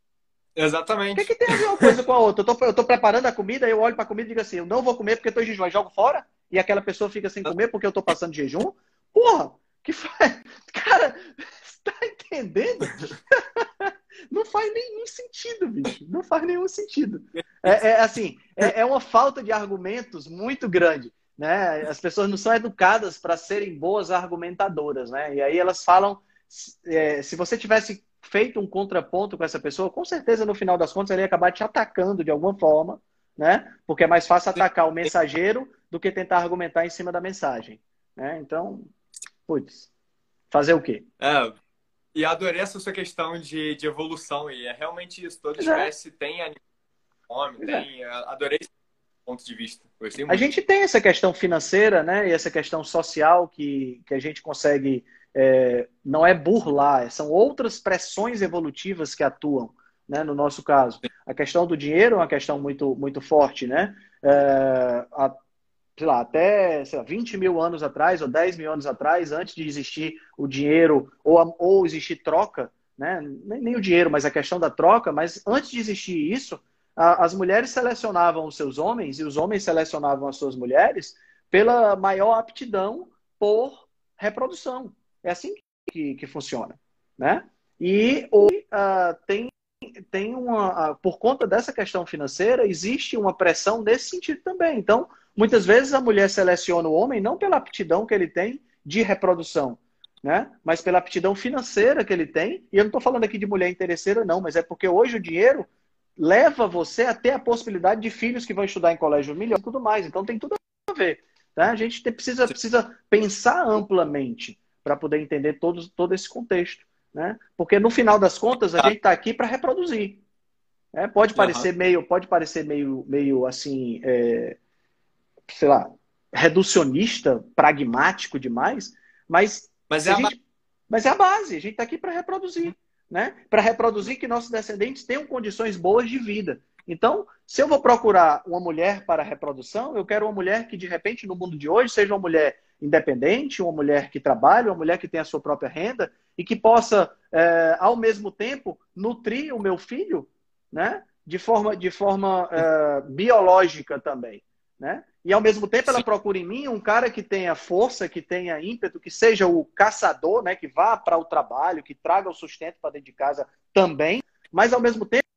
que, que exatamente. tem a ver uma coisa com a outra? Eu estou preparando a comida, eu olho para a comida e digo assim, eu não vou comer porque estou em jejum, eu jogo fora? E aquela pessoa fica sem comer porque eu estou passando de jejum? Porra, que faz... Cara, você está entendendo? Não faz nenhum sentido, bicho. Não faz nenhum sentido. É, é assim, é, é uma falta de argumentos muito grande. Né? As pessoas não são educadas para serem boas argumentadoras, né? E aí elas falam, é, se você tivesse feito um contraponto com essa pessoa, com certeza no final das contas ele ia acabar te atacando de alguma forma, né? Porque é mais fácil atacar o mensageiro do que tentar argumentar em cima da mensagem, né? Então, putz, fazer o quê? É, e adorei essa sua questão de, de evolução, e é realmente isso. Toda Pois é, espécie tem animal, pois é. tem. Adorei esse ponto de vista. Gostei A muito. gente tem essa questão financeira, né? E essa questão social que, que a gente consegue é, não é burlar, são outras pressões evolutivas que atuam, né, no nosso caso. A questão do dinheiro é uma questão muito, muito forte, né? É, a, sei lá, até sei lá, vinte mil anos atrás ou dez mil anos atrás, antes de existir o dinheiro ou, a, ou existir troca, né? nem, nem o dinheiro, mas a questão da troca, mas antes de existir isso, a, as mulheres selecionavam os seus homens e os homens selecionavam as suas mulheres pela maior aptidão por reprodução. É assim que, que funciona, né? E hoje uh, tem, tem uma... Uh, por conta dessa questão financeira, existe uma pressão nesse sentido também. Então, muitas vezes a mulher seleciona o homem não pela aptidão que ele tem de reprodução, né? Mas pela aptidão financeira que ele tem. E eu não estou falando aqui de mulher interesseira, não, mas é porque hoje o dinheiro leva você a ter a possibilidade de filhos que vão estudar em colégio milhões e tudo mais. Então tem tudo a ver. Tá? A gente tem, precisa, precisa pensar amplamente para poder entender todos, todo esse contexto, né? Porque no final das contas a gente está aqui para reproduzir. Né? Pode parecer uhum. meio, pode parecer meio, meio assim, é, sei lá, reducionista, pragmático demais, mas, mas, é a, gente, mas é a base. A gente está aqui para reproduzir, né? Para reproduzir que nossos descendentes tenham condições boas de vida. Então, se eu vou procurar uma mulher para a reprodução, eu quero uma mulher que, de repente, no mundo de hoje, seja uma mulher independente, uma mulher que trabalhe, uma mulher que tenha a sua própria renda e que possa, é, ao mesmo tempo, nutrir o meu filho, né? De forma, de forma é, biológica também, né? E, ao mesmo tempo, ela procura em mim um cara que tenha força, que tenha ímpeto, que seja o caçador, né? Que vá para o trabalho, que traga o sustento para dentro de casa também, mas, ao mesmo tempo,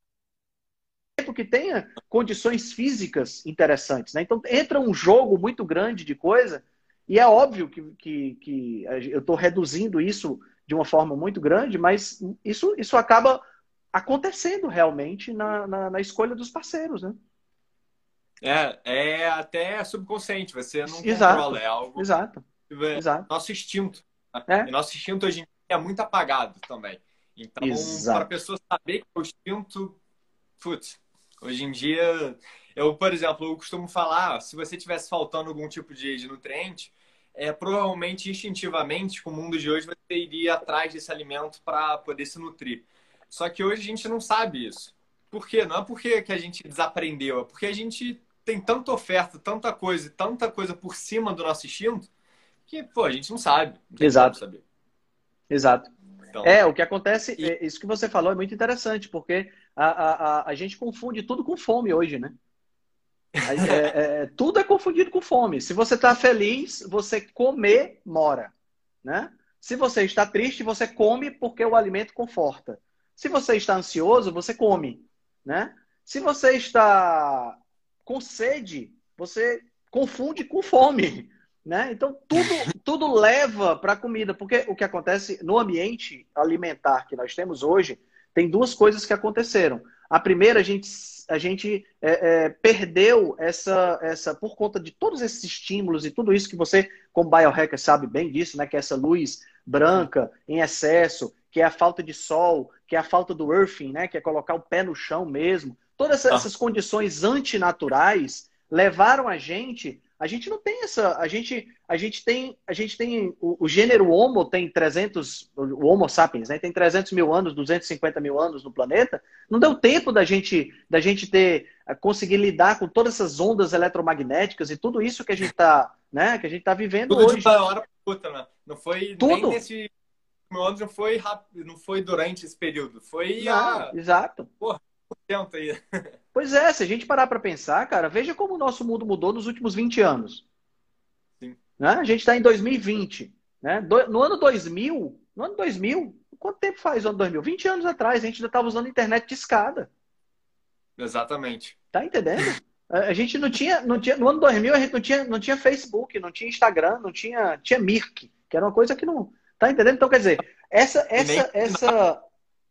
que tenha condições físicas interessantes, né? Então entra um jogo muito grande de coisa e é óbvio que, que, que eu estou reduzindo isso de uma forma muito grande, mas isso, isso acaba acontecendo realmente na, na, na escolha dos parceiros, né? É, é até subconsciente, você não exato, controla, é algo... Exato, é exato. Nosso instinto. Né? É? E nosso instinto hoje em dia é muito apagado também. Então, para a pessoa saber que o instinto... Putz, hoje em dia, eu, por exemplo, eu costumo falar, se você tivesse faltando algum tipo de, de nutriente, é, provavelmente, instintivamente, com o mundo de hoje, você iria atrás desse alimento para poder se nutrir. Só que hoje a gente não sabe isso. Por quê? Não é porque que a gente desaprendeu, é porque a gente tem tanta oferta, tanta coisa, tanta coisa por cima do nosso instinto, que, pô, a gente não sabe. Não tem Exato. como saber. Exato. Então, é, o que acontece, e... é, isso que você falou é muito interessante, porque a, a, a, a gente confunde tudo com fome hoje, né? É, é, tudo é confundido com fome. Se você está feliz, você comer mora, né? Se você está triste, você come porque o alimento conforta. Se você está ansioso, você come, né? Se você está com sede, você confunde com fome. Né? Então, tudo, tudo leva para a comida, porque o que acontece no ambiente alimentar que nós temos hoje, tem duas coisas que aconteceram. A primeira, a gente, a gente é, é, perdeu essa, essa, por conta de todos esses estímulos e tudo isso que você, como biohacker, sabe bem disso, né? Que é essa luz branca em excesso, que é a falta de sol, que é a falta do earthing, né? Que é colocar o pé no chão mesmo. Todas essas, essas condições antinaturais levaram a gente... A gente não tem essa... A gente, a gente tem... A gente tem o, o gênero Homo tem trezentos... O Homo sapiens, né? Tem trezentos mil anos, duzentos e cinquenta mil anos no planeta. Não deu tempo da gente, da gente ter... Conseguir lidar com todas essas ondas eletromagnéticas e tudo isso que a gente está, né? Que a gente tá vivendo tudo hoje. Tudo de uma hora para outra, né? Não foi tudo. nem nesse... Meu ano não foi rápido, não foi durante esse período. Foi não, a... Exato. Porra, tempo aí. Pois é, se a gente parar para pensar, cara, veja como o nosso mundo mudou nos últimos vinte anos. Sim. Né? A gente está em dois mil e vinte. Né? No ano dois mil, no ano dois mil, quanto tempo faz o ano dois mil? vinte anos atrás, a gente ainda estava usando internet de escada. Exatamente. Tá entendendo? A gente não tinha, não tinha, no ano dois mil a gente não tinha, não tinha Facebook, não tinha Instagram, não tinha, tinha Mirk, que era uma coisa que não... Tá entendendo? Então, quer dizer, essa, essa, essa...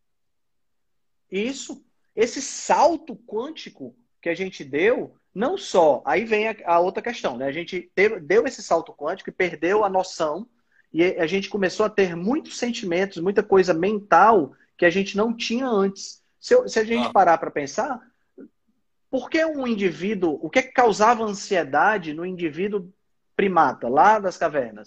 Isso... Esse salto quântico que a gente deu, não só... Aí vem a, a outra questão, né? A gente teve, deu esse salto quântico e perdeu a noção e a gente começou a ter muitos sentimentos, muita coisa mental que a gente não tinha antes. Se, eu, se a gente ah. parar para pensar, por que um indivíduo... O que, é que causava ansiedade no indivíduo primata, lá das cavernas?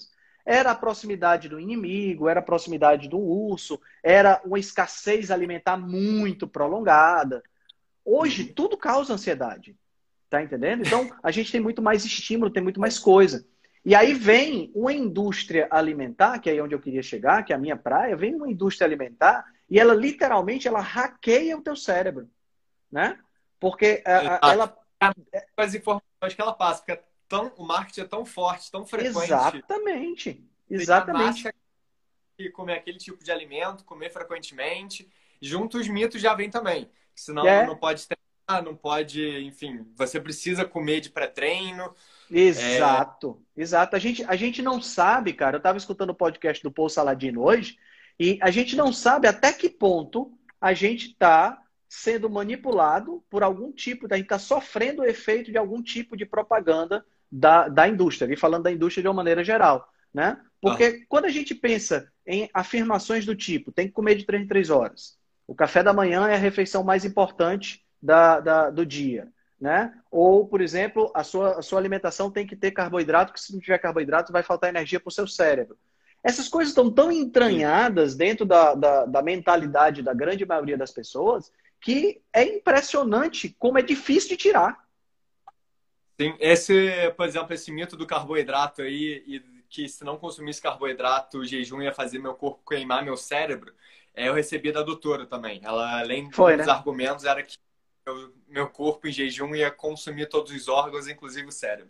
Era a proximidade do inimigo, era a proximidade do urso, era uma escassez alimentar muito prolongada. Hoje, Uhum. tudo causa ansiedade. Tá entendendo? Então, a gente tem muito mais estímulo, tem muito mais coisa. E aí vem uma indústria alimentar, que é aí onde eu queria chegar, que é a minha praia, vem uma indústria alimentar e ela literalmente ela hackeia o teu cérebro, né? Porque a, a, ela... As informações que ela passa, porque é tão, o marketing é tão forte, tão frequente. Exatamente. Você já Exatamente. nasce e comer aquele tipo de alimento, comer frequentemente. Junto os mitos já vem também. Senão É. não pode treinar, não pode, enfim, você precisa comer de pré-treino. Exato, é... exato. A gente, a gente não sabe, cara. Eu estava escutando o podcast do Paul Saladino hoje, e a gente não sabe até que ponto a gente está sendo manipulado por algum tipo, a gente está sofrendo o efeito de algum tipo de propaganda da, da indústria, e falando da indústria de uma maneira geral, né? Porque ah. quando a gente pensa em afirmações do tipo, tem que comer de três em três horas, o café da manhã é a refeição mais importante da, da, do dia, né? Ou, por exemplo, a sua, a sua alimentação tem que ter carboidrato, porque se não tiver carboidrato vai faltar energia para o seu cérebro. Essas coisas estão tão entranhadas dentro da, da, da mentalidade da grande maioria das pessoas que é impressionante como é difícil de tirar. Sim, esse, por exemplo, esse mito do carboidrato aí, e que se não consumisse carboidrato, o jejum ia fazer meu corpo queimar meu cérebro, é, eu recebi da doutora também. Ela, além Foi, dos né? argumentos, era que eu, meu corpo em jejum ia consumir todos os órgãos, inclusive o cérebro.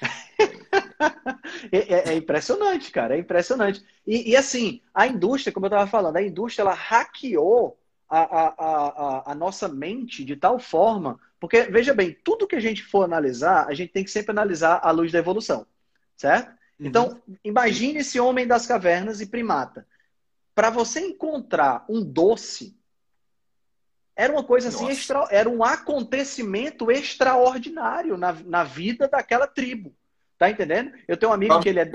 é, é impressionante, cara, é impressionante. E, e assim, a indústria, como eu estava falando, a indústria ela hackeou a, a, a, a nossa mente de tal forma, porque, veja bem, tudo que a gente for analisar, a gente tem que sempre analisar à luz da evolução, certo? Uhum. Então, imagine esse homem das cavernas e primata. Para você encontrar um doce, era uma coisa assim, extra, era um acontecimento extraordinário na, na vida daquela tribo. Tá entendendo? Eu tenho um amigo que ele é...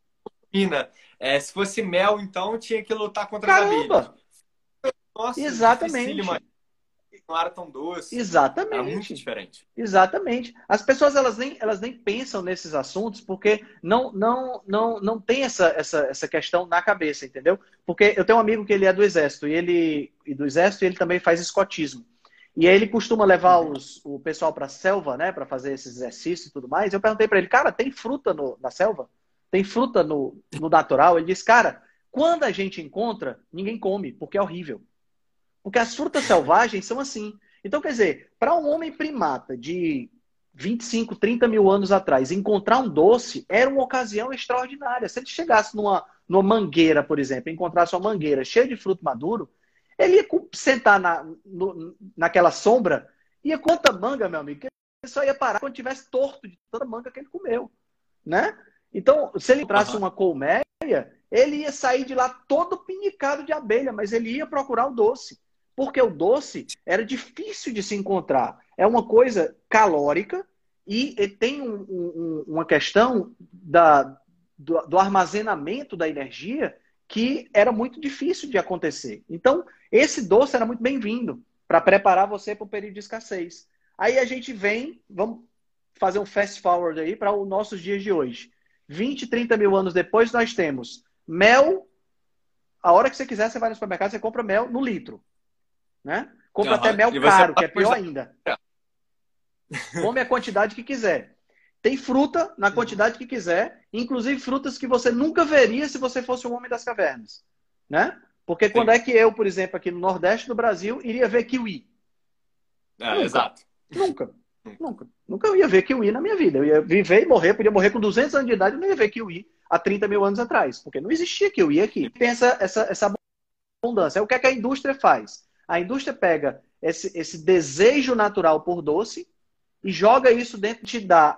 é se fosse mel, então tinha que lutar contra Caramba! as abelhas. Nossa, exatamente. Não era tão doce. Exatamente. Era muito diferente. Exatamente. As pessoas elas nem, elas nem pensam nesses assuntos porque não, não, não, não tem essa, essa, essa questão na cabeça, entendeu? Porque eu tenho um amigo que ele é do exército e ele e do exército ele também faz escotismo. E aí ele costuma levar uhum. os, o pessoal para a selva, né, para fazer esses exercícios e tudo mais. Eu perguntei para ele, cara, tem fruta no, na selva? Tem fruta no, no natural? Ele disse, cara, quando a gente encontra, ninguém come, porque é horrível. Porque as frutas selvagens são assim. Então, quer dizer, para um homem primata de vinte e cinco, trinta mil anos atrás, encontrar um doce era uma ocasião extraordinária. Se ele chegasse numa, numa mangueira, por exemplo, encontrasse uma mangueira cheia de fruto maduro, ele ia sentar na, no, naquela sombra, ia quanta manga, meu amigo, que ele só ia parar quando tivesse torto de toda manga que ele comeu, né? Então, se ele encontrasse uhum. uma colmeia, ele ia sair de lá todo pinicado de abelha, mas ele ia procurar o doce. Porque o doce era difícil de se encontrar. É uma coisa calórica e tem um, um, uma questão da, do, do armazenamento da energia que era muito difícil de acontecer. Então, esse doce era muito bem-vindo para preparar você para o período de escassez. Aí a gente vem, vamos fazer um fast forward aí para os nossos dias de hoje. vinte, trinta mil anos depois, nós temos mel. A hora que você quiser, você vai no supermercado, você compra mel no litro. Né? Compra uhum. até mel caro, que é pior ainda. Come a quantidade que quiser. Tem fruta na quantidade que quiser, inclusive frutas que você nunca veria se você fosse um homem das cavernas. Né? Porque Sim. quando é que eu, por exemplo, aqui no Nordeste do Brasil, iria ver kiwi? É, nunca. Exato. Nunca. Nunca. Nunca eu ia ver kiwi na minha vida. Eu ia viver e morrer, podia morrer com duzentos anos de idade, eu não ia ver kiwi há trinta mil anos atrás, porque não existia kiwi aqui. Tem essa, essa, essa abundância. O que é que a indústria faz? A indústria pega esse, esse desejo natural por doce e joga isso dentro, te dá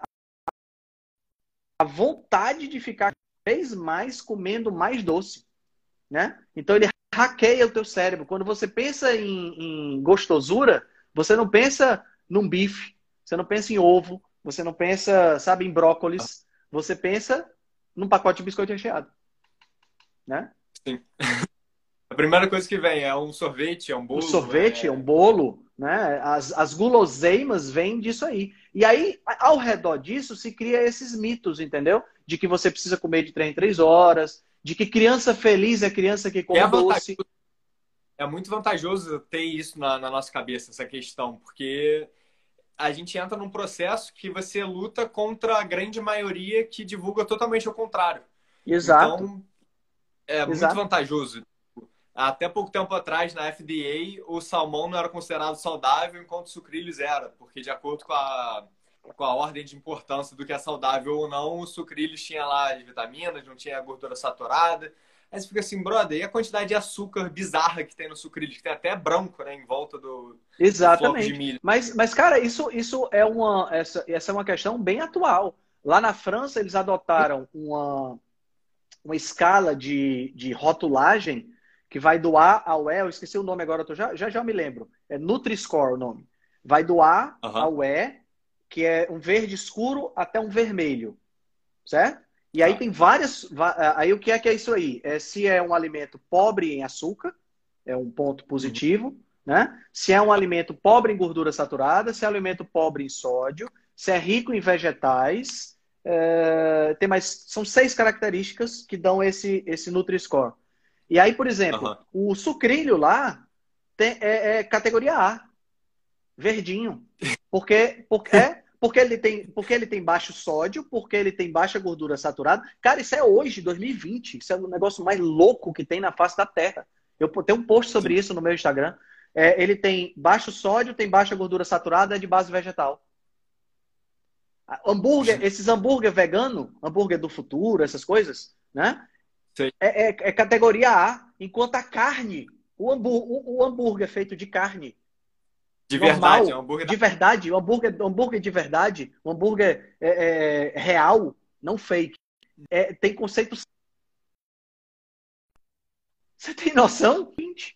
a vontade de ficar cada vez mais comendo mais doce. Né? Então ele hackeia o teu cérebro. Quando você pensa em, em gostosura, você não pensa num bife, você não pensa em ovo, você não pensa, sabe, em brócolis, você pensa num pacote de biscoito recheado. Né? Sim. A primeira coisa que vem é um sorvete, é um bolo. Um sorvete, é, é um bolo, né? As, as guloseimas vêm disso aí. E aí, ao redor disso, se cria esses mitos, entendeu? de que você precisa comer de três em três horas, de que criança feliz é criança que come É doce. vantajoso, é muito vantajoso ter isso na, na nossa cabeça, essa questão, porque a gente entra num processo que você luta contra a grande maioria que divulga totalmente o contrário. Exato, Então, é muito exato. vantajoso. Até pouco tempo atrás, na F D A, o salmão não era considerado saudável, enquanto o sucrilhos era, porque de acordo com a, com a ordem de importância do que é saudável ou não, o sucrilhos tinha lá as vitaminas, não tinha gordura saturada. Aí você fica assim, brother, e a quantidade de açúcar bizarra que tem no sucrilhos, que tem até branco, né, em volta do, do floco de Exatamente. milho. Mas, mas cara, isso, isso é uma, essa, essa é uma questão bem atual. Lá na França, eles adotaram uma, uma escala de, de rotulagem que vai do A ao E. Eu esqueci o nome agora, eu tô, já, já já me lembro. É Nutri-Score o nome. Vai do A Uhum. ao E, que é um verde escuro até um vermelho. Certo? E aí Tá. tem várias. Aí o que é que é isso aí? É se é um alimento pobre em açúcar, é um ponto positivo, Uhum. né? Se é um alimento pobre em gordura saturada, se é um alimento pobre em sódio, se é rico em vegetais. É... Tem mais. São seis características que dão esse, esse Nutri-Score. E aí, por exemplo, Uhum. o sucrilho lá tem, é, é categoria A, verdinho. Porque, porque, é, porque, ele tem, porque ele tem baixo sódio, porque ele tem baixa gordura saturada. Cara, isso é hoje, dois mil e vinte. Isso é um negócio mais louco que tem na face da Terra. Eu tenho um post sobre Sim. isso no meu Instagram. É, ele tem baixo sódio, tem baixa gordura saturada, é de base vegetal. Hambúrguer, esses hambúrguer vegano, hambúrguer do futuro, essas coisas, né? Sei. É, é, é categoria A. Enquanto a carne, o hambúrguer, o, o hambúrguer feito de carne, De verdade, é um normal, hambúrguer de da... verdade, o hambúrguer, o hambúrguer de verdade, o hambúrguer é, é, real, não fake, é, tem conceitos. Você tem noção?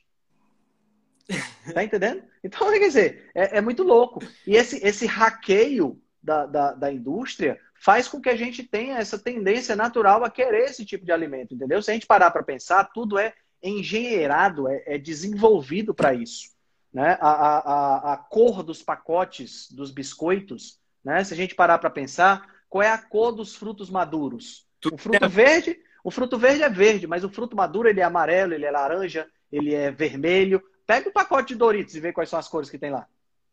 Tá entendendo? Então, quer dizer, é, é muito louco. E esse, esse hackeio da, da, da indústria faz com que a gente tenha essa tendência natural a querer esse tipo de alimento, entendeu? Se a gente parar para pensar, tudo é engenheirado, é, é desenvolvido para isso. Né? A, a, a, a cor dos pacotes dos biscoitos, né? Se a gente parar para pensar, qual é a cor dos frutos maduros? Tudo O fruto verde, o fruto verde é verde, mas o fruto maduro ele é amarelo, ele é laranja, ele é vermelho. Pega o pacote de Doritos e vê quais são as cores que tem lá.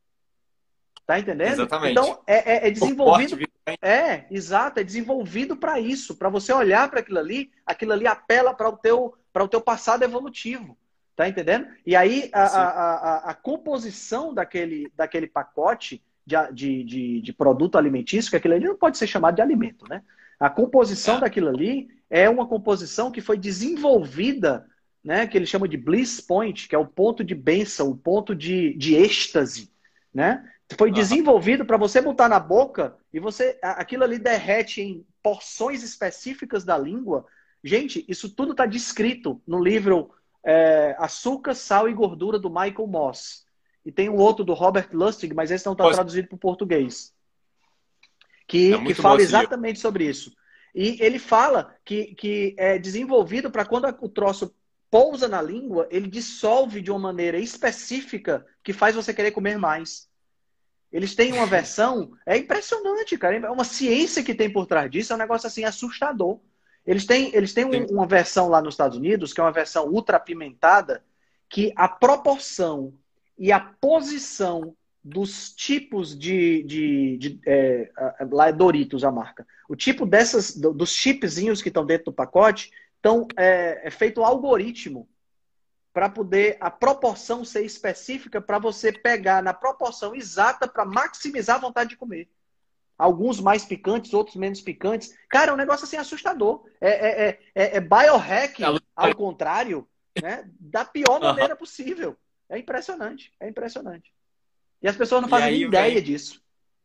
Tá entendendo? Exatamente. Então, é, é, é desenvolvido. Forte, É, exato, é desenvolvido para isso. Para você olhar para aquilo ali, aquilo ali apela para o teu, para o teu passado evolutivo. Tá entendendo? E aí, a, a, a, a composição daquele, daquele pacote de, de, de, de produto alimentício, que aquilo ali não pode ser chamado de alimento, né? A composição É. daquilo ali é uma composição que foi desenvolvida, né, que ele chama de bliss point, que é o ponto de bênção, o ponto de, de êxtase, né? Foi Uhum. desenvolvido para você botar na boca e você aquilo ali derrete em porções específicas da língua. Gente, isso tudo está descrito no livro é, Açúcar, Sal e Gordura, do Michael Moss. E tem um outro do Robert Lustig, mas esse não está traduzido para o português. Que, É que muito fala bom esse livro. exatamente sobre isso. E ele fala que, que é desenvolvido para quando o troço pousa na língua, ele dissolve de uma maneira específica que faz você querer comer mais. Eles têm uma versão, é impressionante, cara. É uma ciência que tem por trás disso, é um negócio assim assustador. Eles têm, eles têm um, uma versão lá nos Estados Unidos, que é uma versão ultra apimentada, que a proporção e a posição dos tipos de. de, de é, lá é Doritos a marca. O tipo dessas, dos chipzinhos que estão dentro do pacote, então é, é feito um algoritmo para poder a proporção ser específica para você pegar na proporção exata para maximizar a vontade de comer. Alguns mais picantes, outros menos picantes. Cara, é um negócio assim assustador. É, é, é, é, é biohacking, ao contrário, né? Da pior maneira uhum. possível. É impressionante, é impressionante. E as pessoas não fazem nem ideia vem... disso.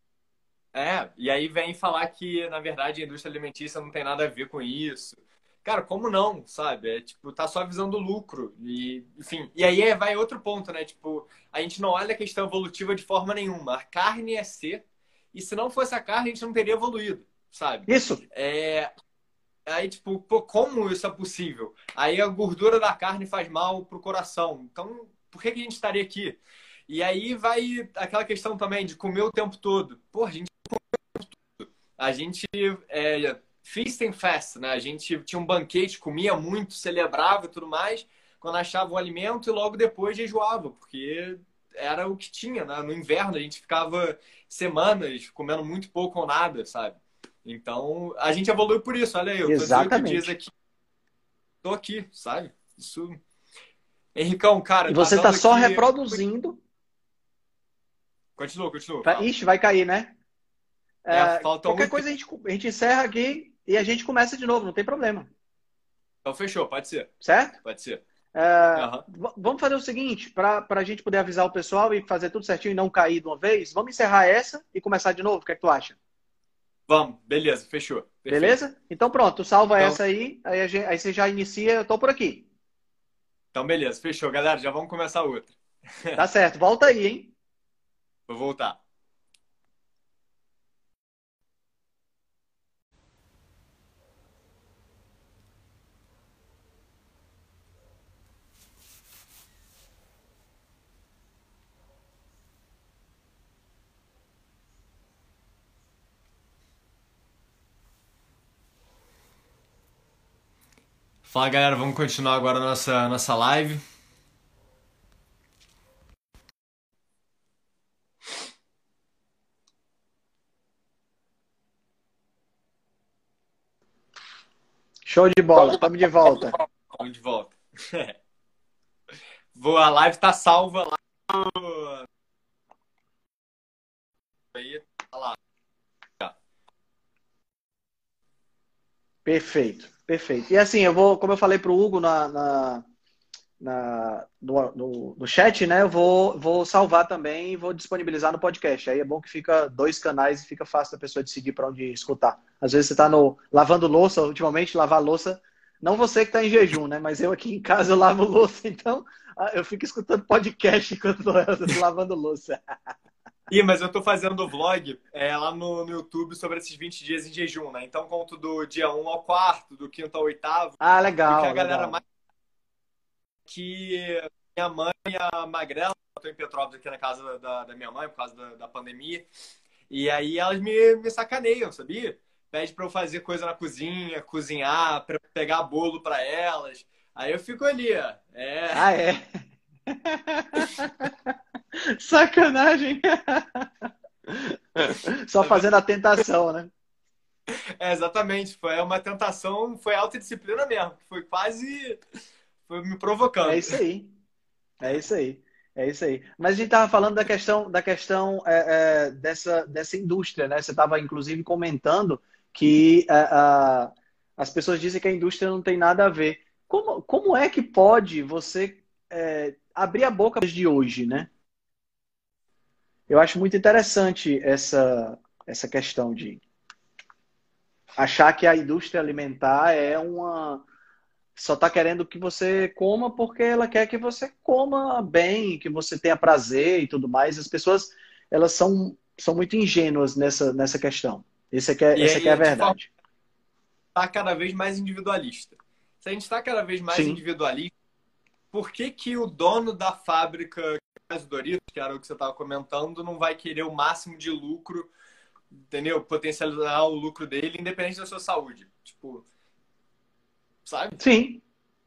É, e aí vem falar que, na verdade, a indústria alimentícia não tem nada a ver com isso. Cara, como não, sabe? É tipo, tá só visando lucro. E, enfim, e aí vai outro ponto, né? Tipo, a gente não olha a questão evolutiva de forma nenhuma. A carne é ser, e se não fosse a carne, a gente não teria evoluído, sabe? Isso. É... Aí, tipo, pô, como isso é possível? Aí a gordura da carne faz mal pro coração. Então, por que, que a gente estaria aqui? E aí vai aquela questão também de comer o tempo todo. Pô, a gente come o tempo todo. A gente é... feast and fast, né? A gente tinha um banquete, comia muito, celebrava e tudo mais, quando achava o alimento e logo depois jejuava, porque era o que tinha, né? No inverno a gente ficava semanas comendo muito pouco ou nada, sabe? Então, a gente evoluiu por isso. Olha aí, eu tô dezoito dias Exatamente. aqui, tô aqui, sabe? Isso. Henricão, cara, E tá você dando está só aqui. reproduzindo. Continua, continua, Vai- fala. Ixi, vai cair, né? É, É, falta um qualquer e coisa trinta. a gente, a gente encerra aqui e a gente começa de novo, não tem problema. Então, fechou, pode ser. Certo? Pode ser. É, Aham. v- vamos fazer o seguinte, para a gente poder avisar o pessoal e fazer tudo certinho e não cair de uma vez, vamos encerrar essa e começar de novo. O que é que tu acha? Vamos, beleza, fechou. Perfeito. Beleza? Então pronto, salva Então, essa aí, aí, a gente- aí você já inicia, eu tô por aqui. então, beleza, fechou, galera. Já vamos começar outra. Tá certo, volta aí, hein? Vou voltar. Fala, galera, vamos continuar agora a nossa, nossa live. Show de bola, estamos de volta. Vamos de volta. Vou, a live tá salva lá. no- Aí, tá lá. Perfeito, perfeito. E assim, eu vou, como eu falei pro Hugo na, na, na- no, no, no chat, né? Eu vou, vou salvar também e vou disponibilizar no podcast. Aí é bom que fica dois canais e fica fácil da pessoa decidir para onde escutar. Às vezes você está no lavando louça, ultimamente lavar louça, não você que está em jejum, né? Mas eu aqui em casa eu lavo louça, então ah, eu fico escutando podcast enquanto eu tô lavando louça. Ih, mas eu tô fazendo vlog é, lá no, no YouTube sobre esses vinte dias em jejum, né? Então conto do dia um ao quarto, do quinto ao oitavo, Ah, e o que legal, a galera mais legal. que minha mãe, a Magrela, eu tô em Petrópolis aqui na casa da, da minha mãe por causa da, da pandemia, e aí elas me, me sacaneiam, sabia? Pede pra eu fazer coisa na cozinha, cozinhar, pra pegar bolo pra elas. Aí eu fico ali, ó. É, Ah, é? Sacanagem. Só tá vendo? fazendo a tentação, né? É, exatamente. Foi uma tentação, foi autodisciplina mesmo. Foi quase. Foi me É provocando. isso aí. É isso aí. É isso aí. Mas a gente estava falando da questão, da questão é, é, dessa, dessa indústria, né? Você estava, inclusive, comentando que é, a- as pessoas dizem que a indústria não tem nada a ver. Como, como é que pode você é, abrir a boca de hoje, né? Eu acho muito interessante essa, essa questão de achar que a indústria alimentar é uma só está querendo que você coma porque ela quer que você coma bem, que você tenha prazer e tudo mais. As pessoas, elas são, são muito ingênuas nessa, nessa questão. Esse é que é, E essa é que é a aí, de forma verdade. tá cada vez mais individualista. Se a gente está cada vez mais Sim, individualista, por que que o dono da fábrica que faz o Doritos, que era o que você estava comentando, não vai querer o máximo de lucro, entendeu? Potencializar o lucro dele, independente da sua saúde. Tipo, sabe? sim.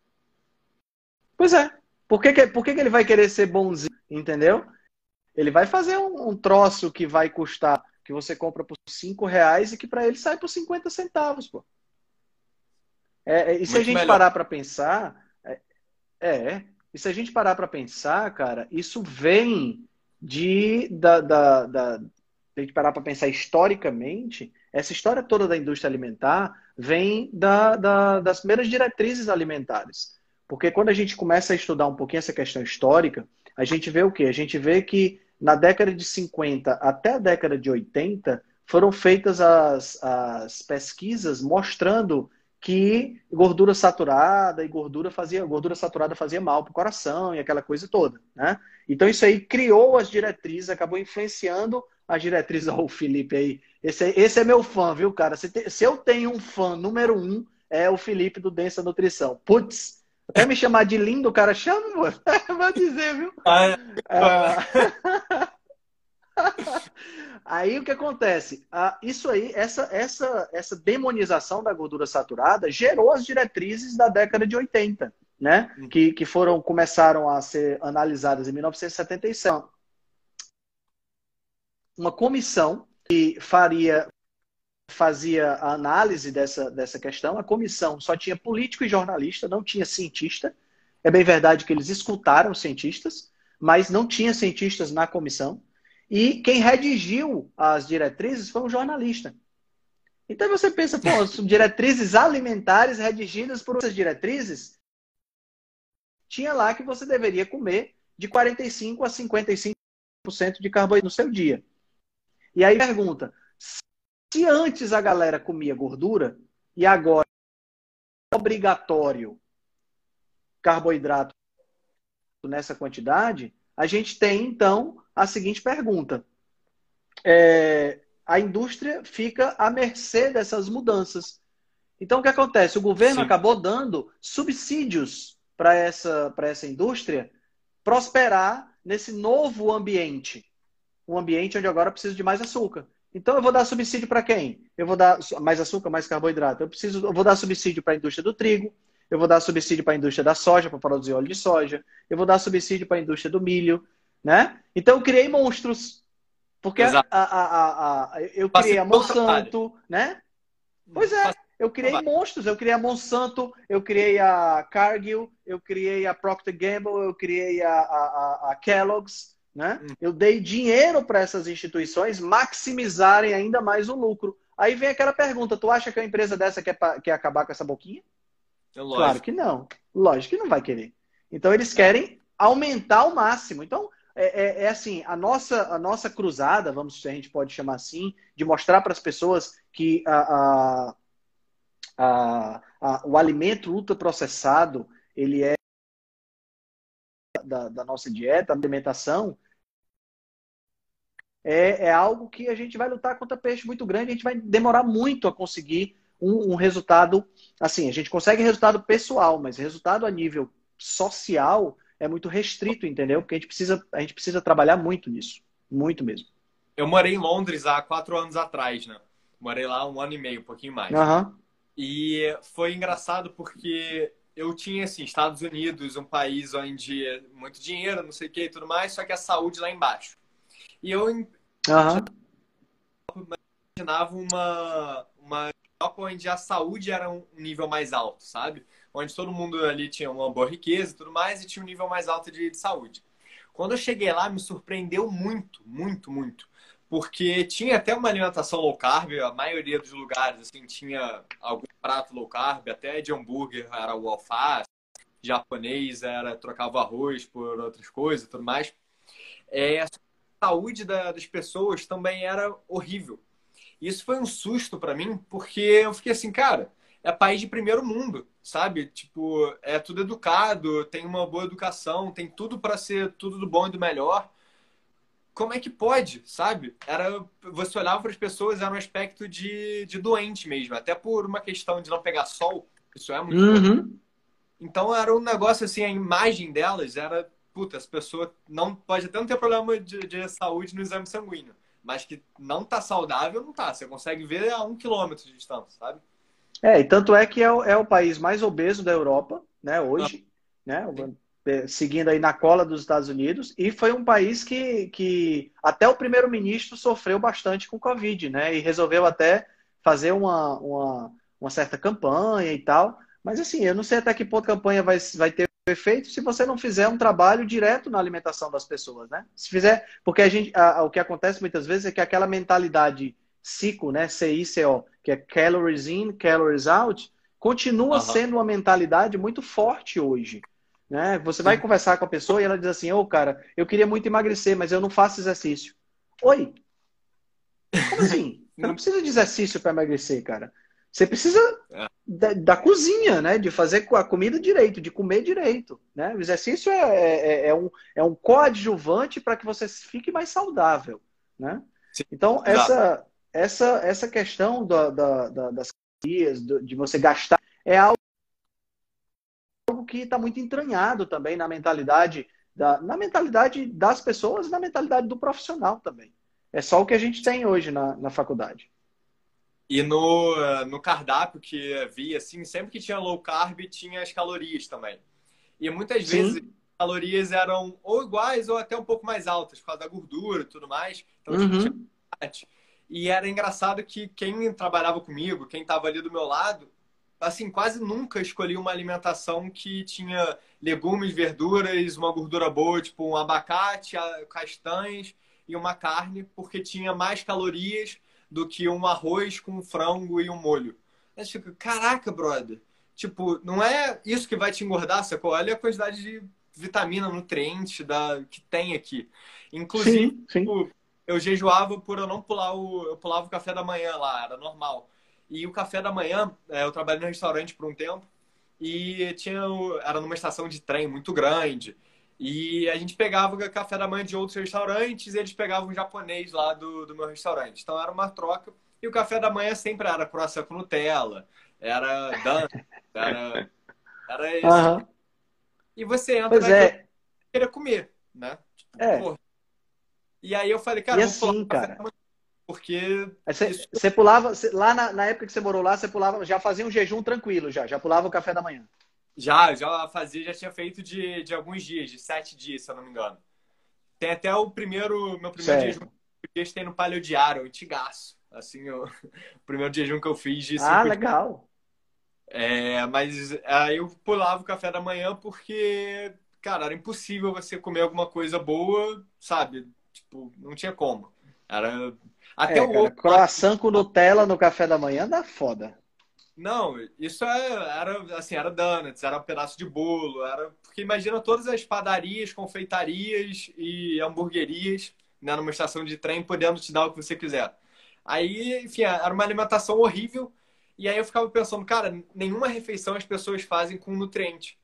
Pois é. Por que, que, por que, que ele vai querer ser bonzinho, entendeu? Ele vai fazer um, um troço que vai custar, que você compra por cinco reais e que para ele sai por cinquenta centavos, pô. É, é, e se a Muito gente melhor. parar para pensar, é, é, e se a gente parar para pensar, cara, isso vem de da, da, da, se a gente parar para pensar historicamente, essa história toda da indústria alimentar vem da, da, das primeiras diretrizes alimentares. Porque quando a gente começa a estudar um pouquinho essa questão histórica, a gente vê o quê? A gente vê que na década de cinquenta até a década de oitenta foram feitas as, as pesquisas mostrando que gordura saturada e gordura fazia gordura saturada fazia mal para o coração e aquela coisa toda, né? Então isso aí criou as diretrizes, acabou influenciando as diretrizes. Ó, o Felipe aí, esse, é- esse é meu fã, viu, cara? Se, te- se eu tenho um fã número um, é o Felipe do Densa Nutrição. Putz, até me chamar de lindo, o cara chama, mano. Vai dizer, viu? Ah, Ah, Aí o que acontece? Ah, isso aí, essa, essa, essa demonização da gordura saturada gerou as diretrizes da década de oitenta, né? Que, que foram, começaram a ser analisadas em mil novecentos e setenta e sete. Uma comissão que faria, fazia a análise dessa, dessa questão. A comissão só tinha político e jornalista, não tinha cientista. É bem verdade que eles escutaram cientistas, mas não tinha cientistas na comissão. E quem redigiu as diretrizes foi um jornalista. Então você pensa, pô, as diretrizes alimentares redigidas por essas diretrizes, tinha lá que você deveria comer de quarenta e cinco a cinquenta e cinco por cento de carboidrato no seu dia. E aí pergunta, se antes a galera comia gordura e agora é obrigatório carboidrato nessa quantidade, a gente tem então a seguinte pergunta. É, a indústria fica à mercê dessas mudanças. Então, o que acontece? O governo Sim. acabou dando subsídios para essa, para essa indústria prosperar nesse novo ambiente. Um ambiente onde agora eu preciso de mais açúcar. Então, eu vou dar subsídio para quem? Eu vou dar mais açúcar, mais carboidrato. Eu, preciso, eu vou dar subsídio para a indústria do trigo. Eu vou dar subsídio para a indústria da soja, para produzir óleo de soja. Eu vou dar subsídio para a indústria do milho. Né? Então, eu criei monstros. Porque a, a, a, a, eu criei a Monsanto, né? Pois é, eu criei monstros. Eu criei a Monsanto, eu criei a Cargill, eu criei a Procter and Gamble, eu criei a, a, a Kellogg's, né? Hum. Eu dei dinheiro para essas instituições maximizarem ainda mais o lucro. Aí vem aquela pergunta, tu acha que a empresa dessa quer, quer acabar com essa boquinha? É lógico. Claro que não. Lógico que não vai querer. Então, eles querem aumentar ao máximo. Então, É, é, é assim, a nossa, a nossa cruzada, vamos, se a gente pode chamar assim, de mostrar para as pessoas que a, a, a, a, o alimento ultraprocessado, ele é da, da nossa dieta, a alimentação, é, é algo que a gente vai lutar contra peixe muito grande, a gente vai demorar muito a conseguir um, um resultado, assim, a gente consegue resultado pessoal, mas resultado a nível social é muito restrito, entendeu? Porque a gente precisa, a gente precisa trabalhar muito nisso. Muito mesmo. Eu morei em Londres há quatro anos atrás, né? Morei lá um ano e meio, um pouquinho mais. Uhum. E foi engraçado porque eu tinha, assim, Estados Unidos, um país onde é muito dinheiro, não sei o que e tudo mais, só que a saúde lá embaixo. E eu Uhum. imaginava uma, uma Europa onde a saúde era um nível mais alto, sabe? Onde todo mundo ali tinha uma boa riqueza e tudo mais, e tinha um nível mais alto de, de saúde. Quando eu cheguei lá, me surpreendeu muito, muito, muito. Porque tinha até uma alimentação low carb, a maioria dos lugares, assim, tinha algum prato low carb, até de hambúrguer era o alface, japonês era trocava arroz por outras coisas e tudo mais. É, a saúde da, das pessoas também era horrível. Isso foi um susto para mim, porque eu fiquei assim, cara, é país de primeiro mundo, sabe? Tipo, é tudo educado, tem uma boa educação, tem tudo para ser tudo do bom e do melhor. Como é que pode, sabe? Era, você olhava para as pessoas, era um aspecto de, de doente mesmo, até por uma questão de não pegar sol, isso é muito Uhum. bom. Então era um negócio assim, a imagem delas era, puta, as pessoas não pode até não ter problema de, de saúde no exame sanguíneo, mas que não tá saudável, não tá. Você consegue ver a um quilômetro de distância, sabe? É, e tanto é que é o, é o país mais obeso da Europa, né, hoje, né, seguindo aí na cola dos Estados Unidos, e foi um país que, que até o primeiro-ministro sofreu bastante com Covid, né, e resolveu até fazer uma, uma, uma certa campanha e tal, mas assim, eu não sei até que ponto a campanha vai, vai ter efeito se você não fizer um trabalho direto na alimentação das pessoas, né, se fizer, porque a gente, a, a, o que acontece muitas vezes é que aquela mentalidade C I C O, né, C I C O, que é calories in, calories out, continua Aham. sendo uma mentalidade muito forte hoje. Né? Você vai Sim. conversar com a pessoa e ela diz assim, ô oh, cara, eu queria muito emagrecer, mas eu não faço exercício. Oi? Como assim? Você não precisa de exercício para emagrecer, cara. Você precisa É. da, da cozinha, né? De fazer a comida direito, de comer direito. Né? O exercício é, é, é um, é um coadjuvante para que você fique mais saudável. Né? Sim. Então, Exato. essa... Essa, essa questão da, da, da, das calorias, de você gastar, é algo que está muito entranhado também na mentalidade, da, na mentalidade das pessoas e na mentalidade do profissional também. É só o que a gente tem hoje na, na faculdade. E no, no cardápio que vi, assim, sempre que tinha low carb, tinha as calorias também. E muitas vezes Sim. as calorias eram ou iguais ou até um pouco mais altas, por causa da gordura e tudo mais. Então tinha Uhum. chocolate. E era engraçado que quem trabalhava comigo, quem estava ali do meu lado, assim, quase nunca escolhia uma alimentação que tinha legumes, verduras, uma gordura boa, tipo um abacate, castanhas e uma carne, porque tinha mais calorias do que um arroz com frango e um molho. Aí você fica, caraca, brother. Tipo, não é isso que vai te engordar, sacou? Olha a quantidade de vitamina, nutriente da, que tem aqui. Inclusive, Sim, sim. tipo, eu jejuava por eu não pular o... Eu pulava o café da manhã lá, era normal. E o café da manhã, é, eu trabalhei no restaurante por um tempo e tinha, o- era numa estação de trem muito grande. E a gente pegava o café da manhã de outros restaurantes e eles pegavam o japonês lá do, do meu restaurante. Então era uma troca. E o café da manhã sempre era croissant com Nutella, era dan, era, era esse tipo. Aham. E você entra Pois naquilo que é, você queria comer, né? Tipo, é. pô. E aí eu falei, cara, E eu vou pular assim, o café da cara, manhã, porque você isso. você pulava, você- lá na, na época que você morou lá, você pulava, já fazia um jejum tranquilo, já, já pulava o café da manhã. Já, já fazia, já tinha feito de, de alguns dias, de sete dias, se eu não me engano. Tem até o primeiro, meu primeiro jejum Certo. que eu tem no Paleo Diário, antigaço. Assim, eu- o primeiro jejum que eu fiz de Ah, cinco dias. legal. É, mas aí eu pulava o café da manhã porque, cara, era impossível você comer alguma coisa boa, sabe? Tipo, não tinha como. Era até É, o cara, ovo lá. croissant com Nutella no café da manhã dá foda. Não, isso é- era assim, era donuts, era um pedaço de bolo, era porque imagina todas as padarias, confeitarias e hamburguerias, né, numa estação de trem, podendo te dar o que você quiser. Aí, enfim, era uma alimentação horrível. E aí eu ficava pensando, cara, nenhuma refeição as pessoas fazem com nutriente.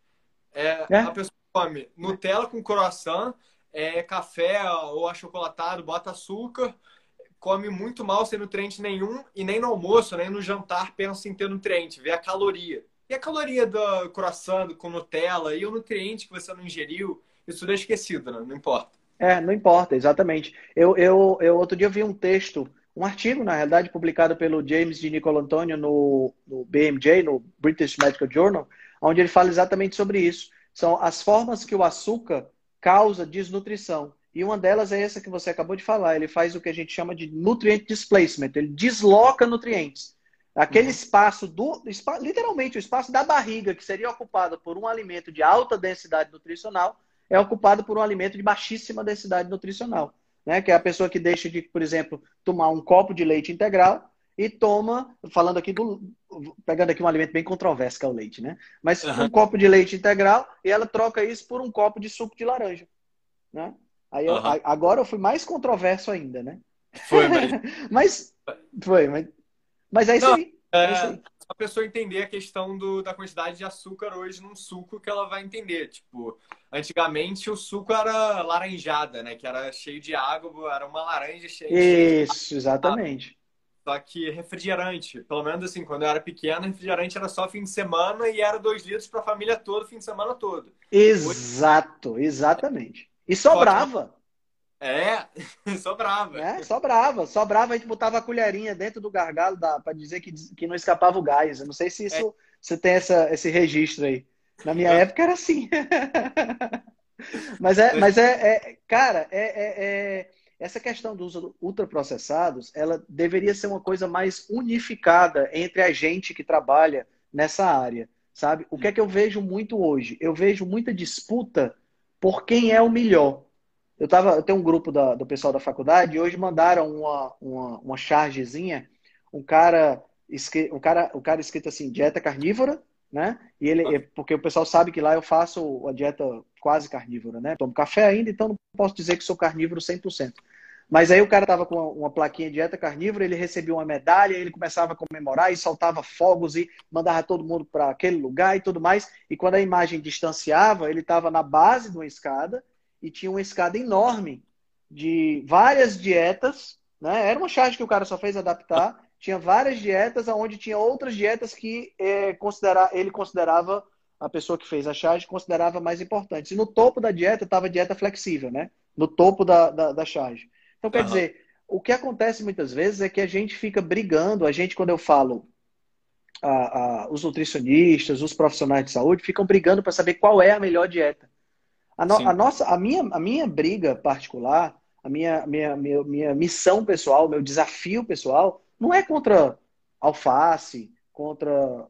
É, a É, pessoa come Nutella com croissant, é, café ou achocolatado, bota açúcar, come muito mal sem nutriente nenhum e nem no almoço, nem no jantar pensa em ter nutriente, vê a caloria. E a caloria do croissant com Nutella e o nutriente que você não ingeriu, isso tudo é esquecido, né? Não importa. é, não importa, exatamente. Eu, eu, eu outro dia vi um texto, um artigo, na realidade, publicado pelo James de Nicolantonio no, no B M J, no British Medical Journal, onde ele fala exatamente sobre isso. São as formas que o açúcar causa desnutrição. E uma delas é essa que você acabou de falar. Ele faz o que a gente chama de nutrient displacement. Ele desloca nutrientes. Aquele Uhum. espaço do, literalmente o espaço da barriga que seria ocupado por um alimento de alta densidade nutricional é ocupado por um alimento de baixíssima densidade nutricional, né? Que é a pessoa que deixa de, por exemplo, tomar um copo de leite integral e toma, falando aqui do, pegando aqui um alimento bem controverso que é o leite, né? Mas Uhum. um copo de leite integral e ela troca isso por um copo de suco de laranja, né? Aí eu, Uhum. agora eu fui mais controverso ainda, né? Foi, mas. Mas foi, mas, mas é isso Não, aí, é isso é aí. a pessoa entender a questão do, da quantidade de açúcar hoje num suco que ela vai entender. Tipo, antigamente o suco era laranjada, né? Que era cheio de água, era uma laranja cheia, cheia de Isso, água. exatamente. Só que refrigerante, pelo menos assim, quando eu era pequeno, refrigerante era só fim de semana e era dois litros para a família toda, fim de semana todo. Hoje, Exato, exatamente. E só que não sobrava. é, sobrava. Né? Sobrava, sobrava, a gente botava a colherinha dentro do gargalo para dizer que, que não escapava o gás. Eu não sei se É, isso você tem essa, esse registro aí. Na minha eu, época era assim. Mas é, mas é, é cara, é, é, é- essa questão dos ultraprocessados, ela deveria ser uma coisa mais unificada entre a gente que trabalha nessa área, sabe? O que é que eu vejo muito hoje? Eu vejo muita disputa por quem é o melhor. Eu tava, eu tenho um grupo da- do pessoal da faculdade e hoje mandaram uma, uma, uma chargezinha, um cara, escri- um cara, o cara escrito assim, dieta carnívora, né? E ele, é- porque o pessoal sabe que lá eu faço a dieta quase carnívora, né? Tomo café ainda, então não posso dizer que sou carnívoro cem por cento. Mas aí o cara tava com uma, uma plaquinha de dieta carnívora, ele recebia uma medalha, ele começava a comemorar e soltava fogos e mandava todo mundo para aquele lugar e tudo mais. E quando a imagem distanciava, ele estava na base de uma escada e tinha uma escada enorme de várias dietas, né? Era uma charge que o cara só fez adaptar. Tinha várias dietas, onde tinha outras dietas que é, considera ele considerava, a pessoa que fez a charge considerava mais importantes. E no topo da dieta estava a dieta flexível, né? No topo da, da, da charge. Então, quer aham. dizer, o que acontece muitas vezes é que a gente fica brigando, a gente, quando eu falo, a, a, os nutricionistas, os profissionais de saúde, ficam brigando para saber qual é a melhor dieta. A, no, a, nossa, a, minha, a minha briga particular, a minha, minha, minha, minha missão pessoal, meu desafio pessoal, não é contra alface, contra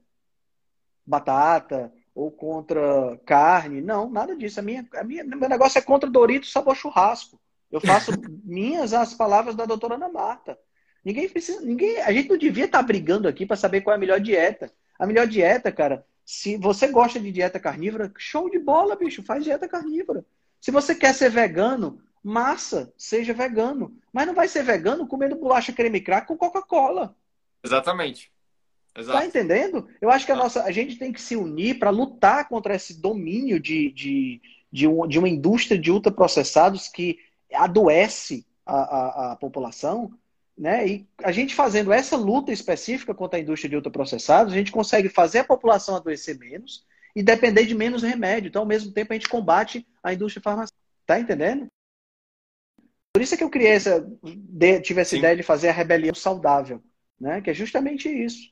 batata ou contra carne. Não, nada disso. A minha, a minha, meu negócio é contra Doritos sabor churrasco. Eu faço minhas as palavras da doutora Ana Marta. Ninguém precisa, ninguém, a gente não devia estar brigando aqui para saber qual é a melhor dieta. A melhor dieta, cara, se você gosta de dieta carnívora, show de bola, bicho, faz dieta carnívora. Se você quer ser vegano, massa, seja vegano. Mas não vai ser vegano comendo bolacha creme crack com Coca-Cola. Exatamente. Exato. Tá entendendo? Eu acho que a, nossa, a gente tem que se unir para lutar contra esse domínio de, de, de, um, de uma indústria de ultraprocessados que adoece a, a, a população, né? E a gente fazendo essa luta específica contra a indústria de ultraprocessados, a gente consegue fazer a população adoecer menos e depender de menos remédio. Então, ao mesmo tempo, a gente combate a indústria farmacêutica. Tá entendendo? Por isso é que eu criei essa, tive essa Sim. ideia de fazer a rebelião saudável, né? Que é justamente isso.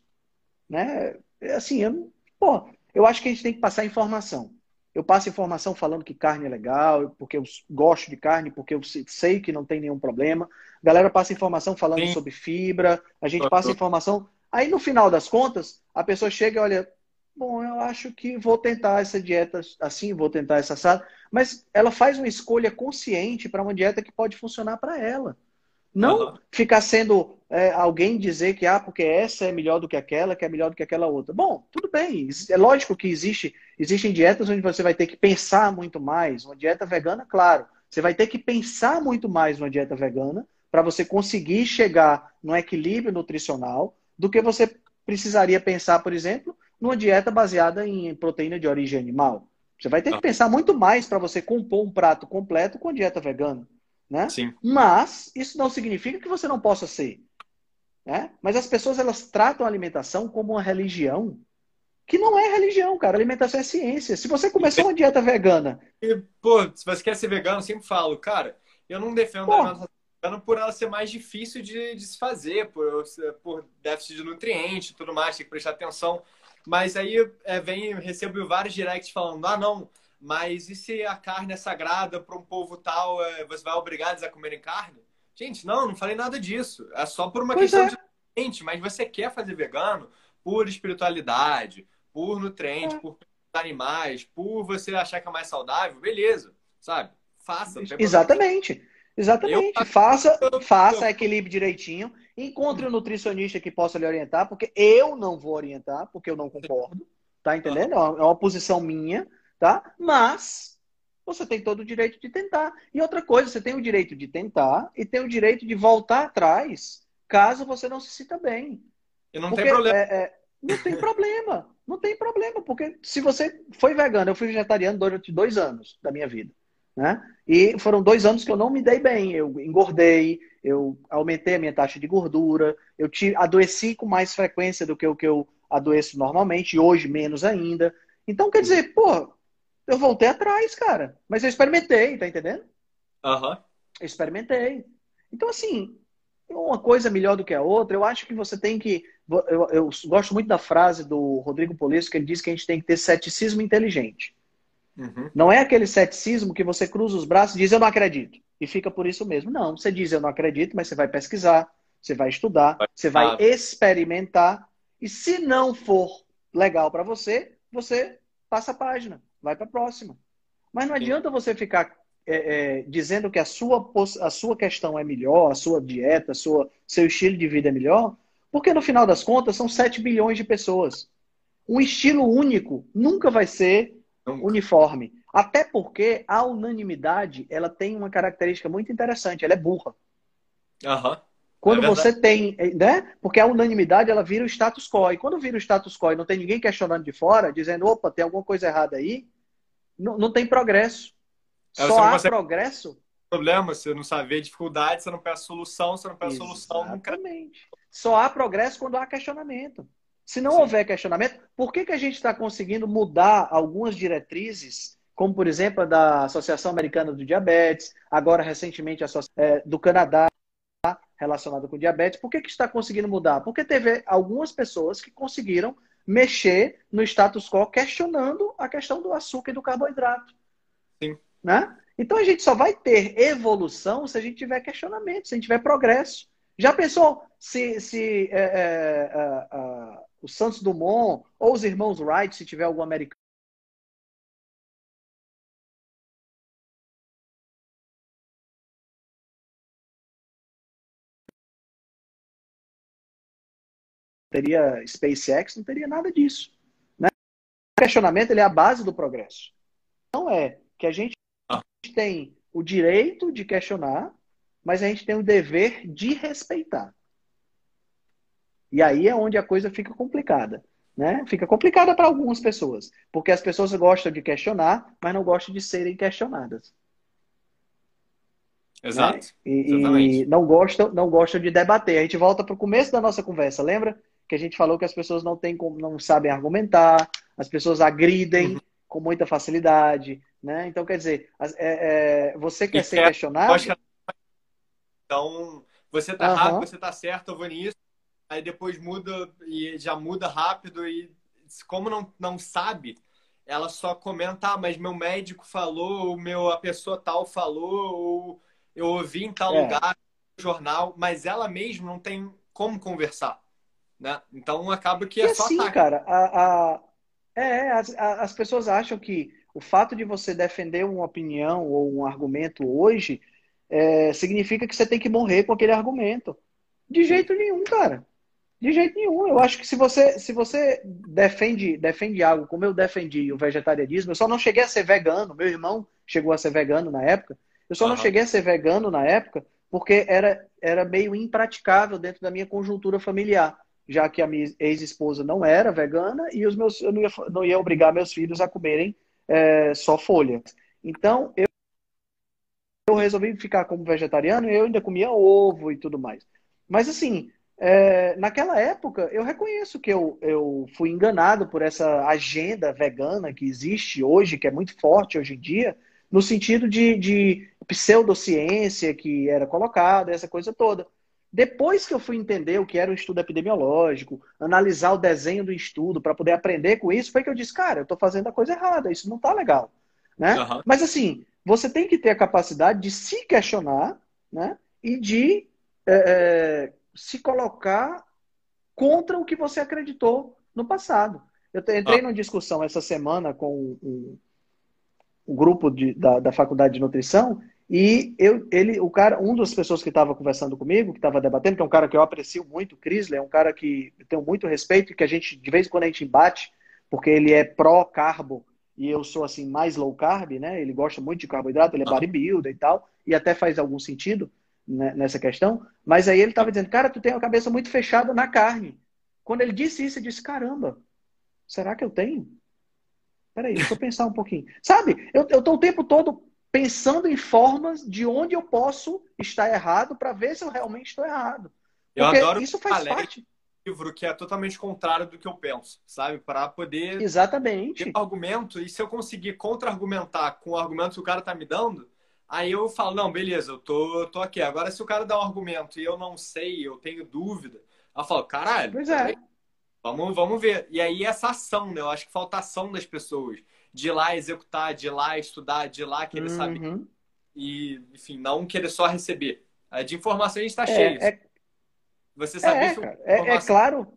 Né? Assim, eu, pô, eu acho que a gente tem que passar informação. Eu passo informação falando que carne é legal, porque eu gosto de carne, porque eu sei que não tem nenhum problema. A galera passa informação falando Sim. sobre fibra, a gente passa informação. Aí, no final das contas, a pessoa chega e olha, bom, eu acho que vou tentar essa dieta assim, vou tentar essa assada, mas ela faz uma escolha consciente para uma dieta que pode funcionar para ela. Não uhum. ficar sendo é, alguém dizer que ah, porque essa é melhor do que aquela, que é melhor do que aquela outra. Bom, tudo bem. É lógico que existe, existem dietas onde você vai ter que pensar muito mais. Uma dieta vegana, claro. Você vai ter que pensar muito mais numa dieta vegana para você conseguir chegar num equilíbrio nutricional do que você precisaria pensar, por exemplo, numa dieta baseada em proteína de origem animal. Você vai ter que pensar muito mais para você compor um prato completo com a dieta vegana. Né? Sim. Mas isso não significa que você não possa ser. Né? Mas as pessoas elas tratam a alimentação como uma religião, que não é religião, cara. A alimentação é ciência. Se você começar uma dieta vegana... E, pô, se você quer ser vegano, eu sempre falo, cara, eu não defendo pô, a alimentação vegana por ela ser mais difícil de, de se fazer, por, por déficit de nutrientes e tudo mais, tem que prestar atenção. Mas aí é, vem, recebo vários directs falando, ah, não... Mas e se a carne é sagrada para um povo tal, você vai obrigar eles a comerem carne? Gente, não, não falei nada disso. É só por uma pois questão é. de nutriente. Mas você quer fazer vegano por espiritualidade, por nutriente, é. por animais, por você achar que é mais saudável, beleza, sabe? Faça. Exatamente. Exatamente. Eu... Faça, faça equilíbrio direitinho. Encontre um nutricionista que possa lhe orientar, porque eu não vou orientar, porque eu não concordo. Tá entendendo? É uma posição minha. Tá? Mas você tem todo o direito de tentar. E outra coisa, você tem o direito de tentar e tem o direito de voltar atrás caso você não se sinta bem. E não porque, tem problema. É, é, não tem problema. Não tem problema. Porque se você foi vegano, eu fui vegetariano durante dois anos da minha vida. Né? E foram dois anos que eu não me dei bem. Eu engordei, eu aumentei a minha taxa de gordura, eu te, adoeci com mais frequência do que o que eu adoeço normalmente, e hoje menos ainda. Então, quer dizer, pô, eu voltei atrás, cara. Mas eu experimentei, tá entendendo? Aham. Uhum. Eu experimentei. Então, assim, uma coisa melhor do que a outra, eu acho que você tem que... Eu, eu gosto muito da frase do Rodrigo Polesso, que ele diz que a gente tem que ter ceticismo inteligente. Uhum. Não é aquele ceticismo que você cruza os braços e diz, eu não acredito. E fica por isso mesmo. Não, você diz, eu não acredito, mas você vai pesquisar, você vai estudar, vai você vai ah. experimentar. E se não for legal para você, você passa a página. Vai para a próxima. Mas não Sim. adianta você ficar é, é, dizendo que a sua, a sua questão é melhor, a sua dieta, a sua, seu estilo de vida é melhor, porque no final das contas são sete bilhões de pessoas. Um estilo único nunca vai ser nunca. uniforme. Até porque a unanimidade ela tem uma característica muito interessante, ela é burra. Aham. Uhum. Quando é você tem, né? Porque a unanimidade, ela vira o status quo. E quando vira o status quo e não tem ninguém questionando de fora, dizendo, opa, tem alguma coisa errada aí, não, não tem progresso. É, Só há progresso... Problema, você não sabe ver dificuldade, você não pede solução, você não pede solução. Exatamente. Nunca... Só há progresso quando há questionamento. Se não Sim. houver questionamento, por que, que a gente está conseguindo mudar algumas diretrizes, como, por exemplo, a da Associação Americana do Diabetes, agora, recentemente, a é, do Canadá, relacionada com diabetes. Por que que está conseguindo mudar? Porque teve algumas pessoas que conseguiram mexer no status quo, questionando a questão do açúcar e do carboidrato. Sim. Né? Então a gente só vai ter evolução se a gente tiver questionamento, se a gente tiver progresso. Já pensou se, se é, é, é, é, o Santos Dumont ou os irmãos Wright, se tiver algum americano, teria SpaceX, não teria nada disso. Né? O questionamento ele é a base do progresso. Não é que a gente Ah. tem o direito de questionar, mas a gente tem o dever de respeitar. E aí é onde a coisa fica complicada. Né? Fica complicada para algumas pessoas. Porque as pessoas gostam de questionar, mas não gostam de serem questionadas. Exato. Né? E, Exatamente. e não gostam, não gostam de debater. A gente volta para o começo da nossa conversa, lembra? Que a gente falou que as pessoas não, têm, não sabem argumentar, as pessoas agridem Uhum. com muita facilidade. Né? Então, quer dizer, é, é, você quer E ser quer- questionado? lógica- Então, você tá errado, Aham. você tá certo, eu vou nisso. Aí depois muda e já muda rápido e como não, não sabe, ela só comenta, ah, mas meu médico falou, ou meu, a pessoa tal falou, ou eu ouvi em tal É. lugar, no jornal, mas ela mesma não tem como conversar, né? Então acaba que E é só assim, ataque. cara, a, a, é, as, a- as pessoas acham que o fato de você defender uma opinião ou um argumento hoje é, significa que você tem que morrer com aquele argumento. De Sim. jeito nenhum, cara. De jeito nenhum. Eu acho que se você, se você defende, defende algo como eu defendi o vegetarianismo, eu só não cheguei a ser vegano. Meu irmão chegou a ser vegano na época. Eu só não Aham. cheguei a ser vegano na época porque era, era meio impraticável dentro da minha conjuntura familiar, já que a minha ex-esposa não era vegana e os meus, eu não ia, não ia obrigar meus filhos a comerem é, só folha. Então, eu, eu resolvi ficar como vegetariano e eu ainda comia ovo e tudo mais. Mas assim, é, naquela época, eu reconheço que eu, eu fui enganado por essa agenda vegana que existe hoje, que é muito forte hoje em dia, no sentido de, de pseudociência que era colocada, essa coisa toda. Depois que eu fui entender o que era o estudo epidemiológico, analisar o desenho do estudo para poder aprender com isso, foi que eu disse, cara, eu estou fazendo a coisa errada, isso não está legal. Né? Aham. Mas assim, você tem que ter a capacidade de se questionar, né? E de é, se colocar contra o que você acreditou no passado. Eu entrei Ah, numa discussão essa semana com um, um grupo de, da, da faculdade de nutrição e eu, ele, o cara, um das pessoas que estava conversando comigo, que estava debatendo, que é um cara que eu aprecio muito, o Crisler, é um cara que eu tenho muito respeito e que a gente, de vez em quando a gente embate, porque ele é pró-carbo e eu sou assim mais low carb, né? Ele gosta muito de carboidrato, ele é aham. bodybuilder e tal, e até faz algum sentido, né, nessa questão. Mas aí ele estava dizendo, cara, tu tem a cabeça muito fechada na carne. Quando ele disse isso, eu disse, caramba, será que eu tenho? Peraí, deixa eu pensar um pouquinho. Sabe, eu estou o tempo todo pensando em formas de onde eu posso estar errado para ver se eu realmente estou errado. Eu Porque adoro isso faz palestra, parte. livro que é totalmente contrário do que eu penso, sabe? Para poder ter Exatamente. um argumento e se eu conseguir contra-argumentar com o argumento que o cara tá me dando, aí eu falo, não, beleza, eu tô, tô aqui. Agora, se o cara dá um argumento e eu não sei, eu tenho dúvida, eu falo, caralho, Pois peraí, é. vamos, vamos ver. E aí essa ação, né? Eu acho que falta ação das pessoas. De ir lá executar, de ir lá estudar, de ir lá querer saber. Uhum. E, enfim, não querer só receber. É, de informação a gente está cheio. É, é, Você saber é, filtrar cara. É, é informação. claro.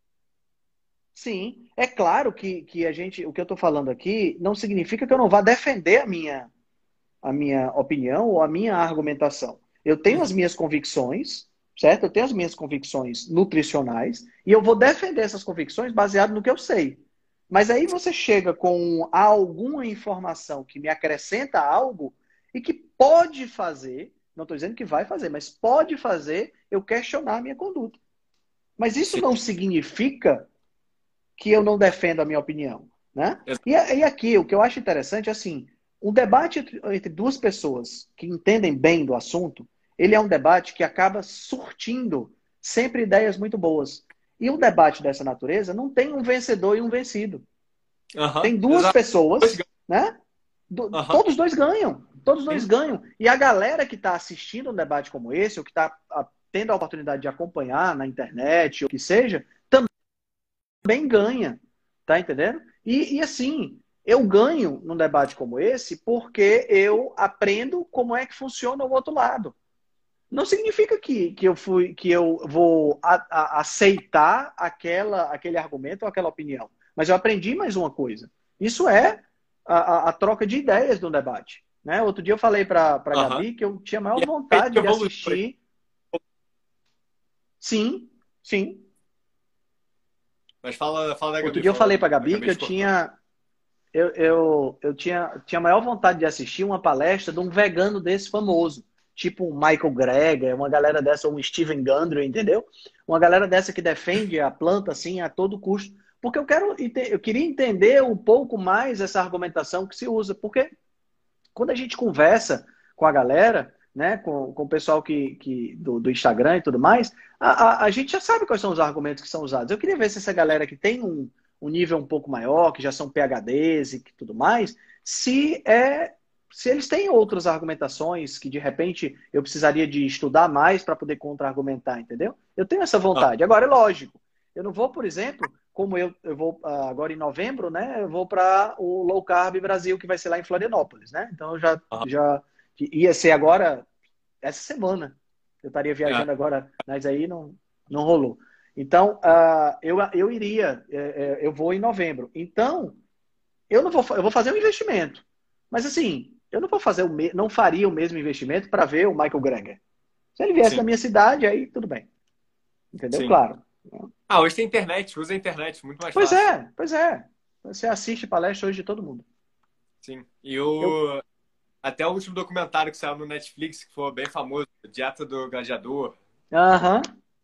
Sim, é claro que, que a gente, o que eu estou falando aqui não significa que eu não vá defender a minha, a minha opinião ou a minha argumentação. Eu tenho as Uhum. minhas convicções, certo? Eu tenho as minhas convicções nutricionais e eu vou defender essas convicções baseado no que eu sei. Mas aí você chega com alguma informação que me acrescenta algo e que pode fazer, não estou dizendo que vai fazer, mas pode fazer eu questionar a minha conduta. Mas isso Sim. não significa que eu não defendo a minha opinião, né? Exato. E, e aqui, o que eu acho interessante é assim, um debate entre, entre duas pessoas que entendem bem do assunto, ele é um debate que acaba surtindo sempre ideias muito boas. E um debate dessa natureza não tem um vencedor e um vencido. Aham. Tem duas Exato. Dois pessoas, ganhos. né? Do, Aham. todos dois ganham. Todos dois Sim. ganham. E a galera que está assistindo um debate como esse, ou que está tendo a oportunidade de acompanhar na internet, ou o que seja, também ganha, tá entendendo? E, e assim, eu ganho num debate como esse porque eu aprendo como é que funciona o outro lado. Não significa que, que, eu, fui, que eu vou a, a, aceitar aquela, aquele argumento ou aquela opinião, mas eu aprendi mais uma coisa. Isso é a, a, a troca de ideias no debate. Né? Outro dia eu falei para a Aham. Gabi que eu tinha a maior E é feito vontade de evoluir. assistir. Sim, sim. Mas fala, fala da Outro Gabi, dia eu falei fala, para a Gabi acabei que eu de cortar. tinha, eu, eu, eu tinha, tinha a maior vontade de assistir uma palestra de um vegano desse famoso. Tipo um Michael Greger, uma galera dessa, ou um Steven Gundry, entendeu? Uma galera dessa que defende a planta assim a todo custo. Porque eu quero, eu queria entender um pouco mais essa argumentação que se usa. Porque quando a gente conversa com a galera, né, com, com o pessoal que, que, do, do Instagram e tudo mais, a, a, a gente já sabe quais são os argumentos que são usados. Eu queria ver se essa galera que tem um, um nível um pouco maior, que já são PhDs e tudo mais, se, é, se eles têm outras argumentações que de repente eu precisaria de estudar mais para poder contra-argumentar, entendeu? Eu tenho essa vontade. Agora, é lógico, eu não vou, por exemplo, como eu, eu vou agora em novembro, né? Eu vou para o Low Carb Brasil, que vai ser lá em Florianópolis, né? Então eu já, Ah. já ia ser agora, essa semana. Eu estaria viajando É. agora, mas aí não, não rolou. Então, uh, eu, eu iria, eu vou em novembro. Então, eu não vou, eu vou fazer um investimento. Mas assim, eu não vou fazer o me, não faria o mesmo investimento para ver o Michael Greger. Se ele viesse Sim. na minha cidade, aí tudo bem. Entendeu? Sim. Claro. Ah, hoje tem internet, usa a internet, muito mais Pois fácil. é, pois é. Você assiste palestra hoje de todo mundo. Sim. E o... Eu- até o último documentário que saiu no Netflix, que foi bem famoso, Dieta do Gladiador, Aham.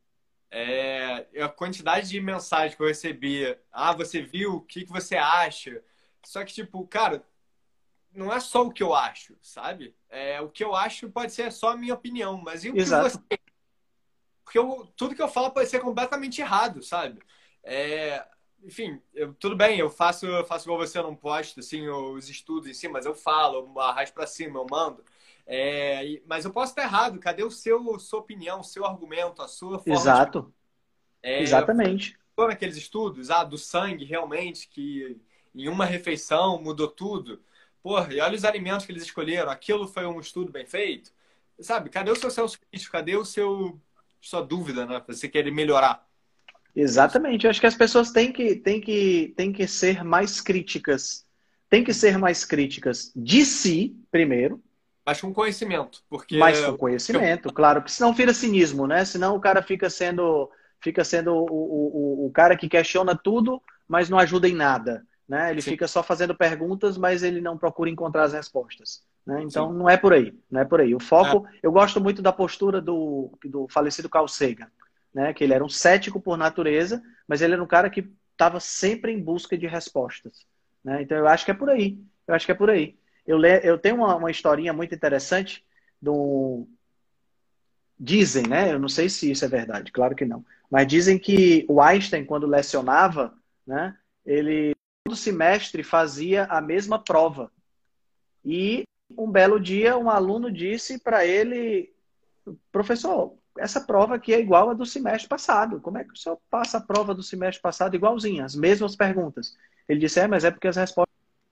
é... a quantidade de mensagens que eu recebi. Ah, você viu? O que, que você acha? Só que, tipo, cara, não é só o que eu acho, sabe? É, o que eu acho pode ser só a minha opinião, mas e o que você... Exato. Porque eu, tudo que eu falo pode ser completamente errado, sabe? É, enfim, eu, tudo bem, eu faço, eu faço igual você, eu não posto assim, os estudos em si, mas eu falo, eu arrasto pra cima, eu mando. É, e- mas eu posso estar errado. Cadê o seu, sua opinião, o seu argumento, a sua forma de... Exato. É, Exatamente. foram aqueles estudos, ah, do sangue, realmente, que em uma refeição mudou tudo. Porra, e olha os alimentos que eles escolheram. Aquilo foi um estudo bem feito. Sabe, cadê o seu senso crítico? Cadê o seu, sua dúvida, né? Pra você querer melhorar. Exatamente. Eu acho que as pessoas têm que, têm que, têm que ser mais críticas. Têm que ser mais críticas de si, primeiro, Mas com conhecimento, porque mas com conhecimento, claro, porque senão vira cinismo, né? Senão o cara fica sendo, fica sendo o, o, o, o cara que questiona tudo, mas não ajuda em nada, né? Ele sim, fica só fazendo perguntas, mas ele não procura encontrar as respostas, né? Então sim. não é por aí, não é por aí. O É, foco, eu gosto muito da postura do, do falecido Carl Sagan, né? Que ele era um cético por natureza, mas ele era um cara que estava sempre em busca de respostas, né? Então eu acho que é por aí, eu acho que é por aí. Eu, le... eu tenho uma, uma historinha muito interessante do... Dizem, né? Eu não sei se isso é verdade, claro que não. Mas dizem que o Einstein, quando lecionava, né? Ele, todo semestre, fazia a mesma prova. E um belo dia, um aluno disse para ele, professor, essa prova aqui é igual a do semestre passado. Como é que o senhor passa a prova do semestre passado igualzinha, as mesmas perguntas? Ele disse, é, mas é porque as respostas...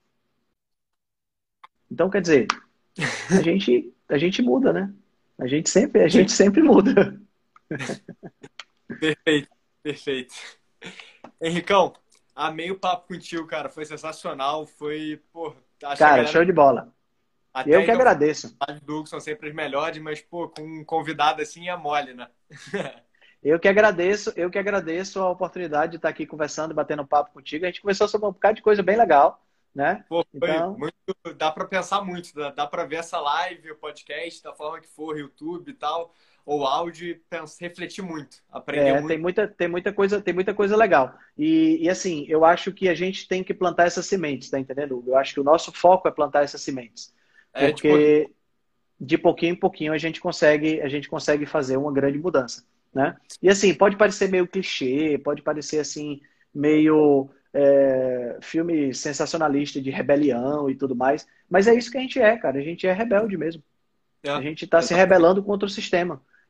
Então, quer dizer, a gente, a gente muda, né? A gente sempre, a gente sempre muda. perfeito, perfeito. Henricão, amei o papo contigo, cara. Foi sensacional. Foi, pô, acho que a Cara, galera, show de bola. até Eu que então, agradeço. as do Hugo são sempre as melhores, mas, pô, com um convidado assim é mole, né? Eu que agradeço, eu que agradeço a oportunidade de estar aqui conversando, batendo papo contigo. A gente conversou sobre um bocado de coisa bem legal, né? Pô, foi Então, muito, dá para pensar muito, dá, dá para ver essa live, o podcast, da forma que for, YouTube e tal, ou áudio, e pensa, refletir muito, aprender é, muito. tem muita, tem muita coisa, tem muita coisa legal. E, e assim, eu acho que a gente tem que plantar essas sementes, tá entendendo, Hugo? Eu acho que o nosso foco é plantar essas sementes. É, tipo, Porque de pouquinho em pouquinho a gente consegue, a gente consegue fazer uma grande mudança, né? E assim, pode parecer meio clichê, pode parecer assim, meio é, filme sensacionalista de rebelião e tudo mais, mas é isso que a gente é, cara. A gente é rebelde mesmo. é, A gente está se exatamente. rebelando contra o sistema.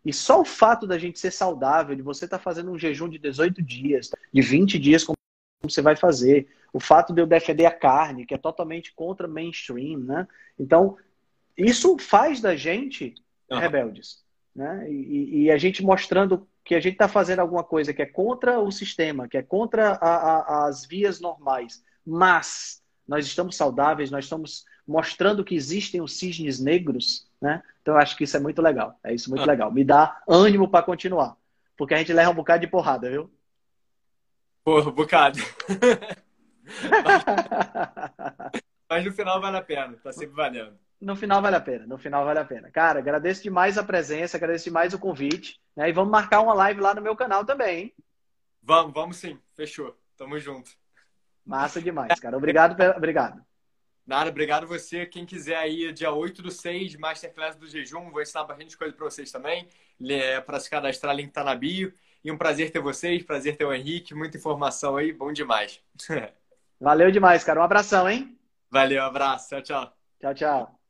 E só o fato da gente ser saudável, de você estar fazendo um jejum de dezoito dias, de vinte dias, como você vai fazer, o fato de eu defender a carne, que é totalmente contra mainstream, né? Então, isso faz da gente Uhum. rebeldes, né? E, e a gente mostrando que a gente está fazendo alguma coisa que é contra o sistema, que é contra a, a, as vias normais, mas nós estamos saudáveis, nós estamos mostrando que existem os cisnes negros, né? Então eu acho que isso é muito legal, é isso muito Uhum. legal. Me dá ânimo para continuar, porque a gente leva um bocado de porrada, viu? Porra, bocado. Mas, mas no final vale a pena, tá sempre valendo. No final vale a pena, no final vale a pena. Cara, agradeço demais a presença, agradeço demais o convite, né? E vamos marcar uma live lá no meu canal também, hein? Vamos, vamos sim. Fechou. Tamo junto. Massa demais, cara. Obrigado, pe- obrigado. Nada, obrigado você. Quem quiser aí, dia oito do seis, Masterclass do Jejum, vou ensinar bastante coisa para vocês também. É, para se cadastrar, link tá na bio. E um prazer ter vocês, prazer ter o Henrique, muita informação aí, bom demais. Valeu demais, cara. Um abração, hein? Valeu, abraço, tchau, tchau. Tchau, tchau.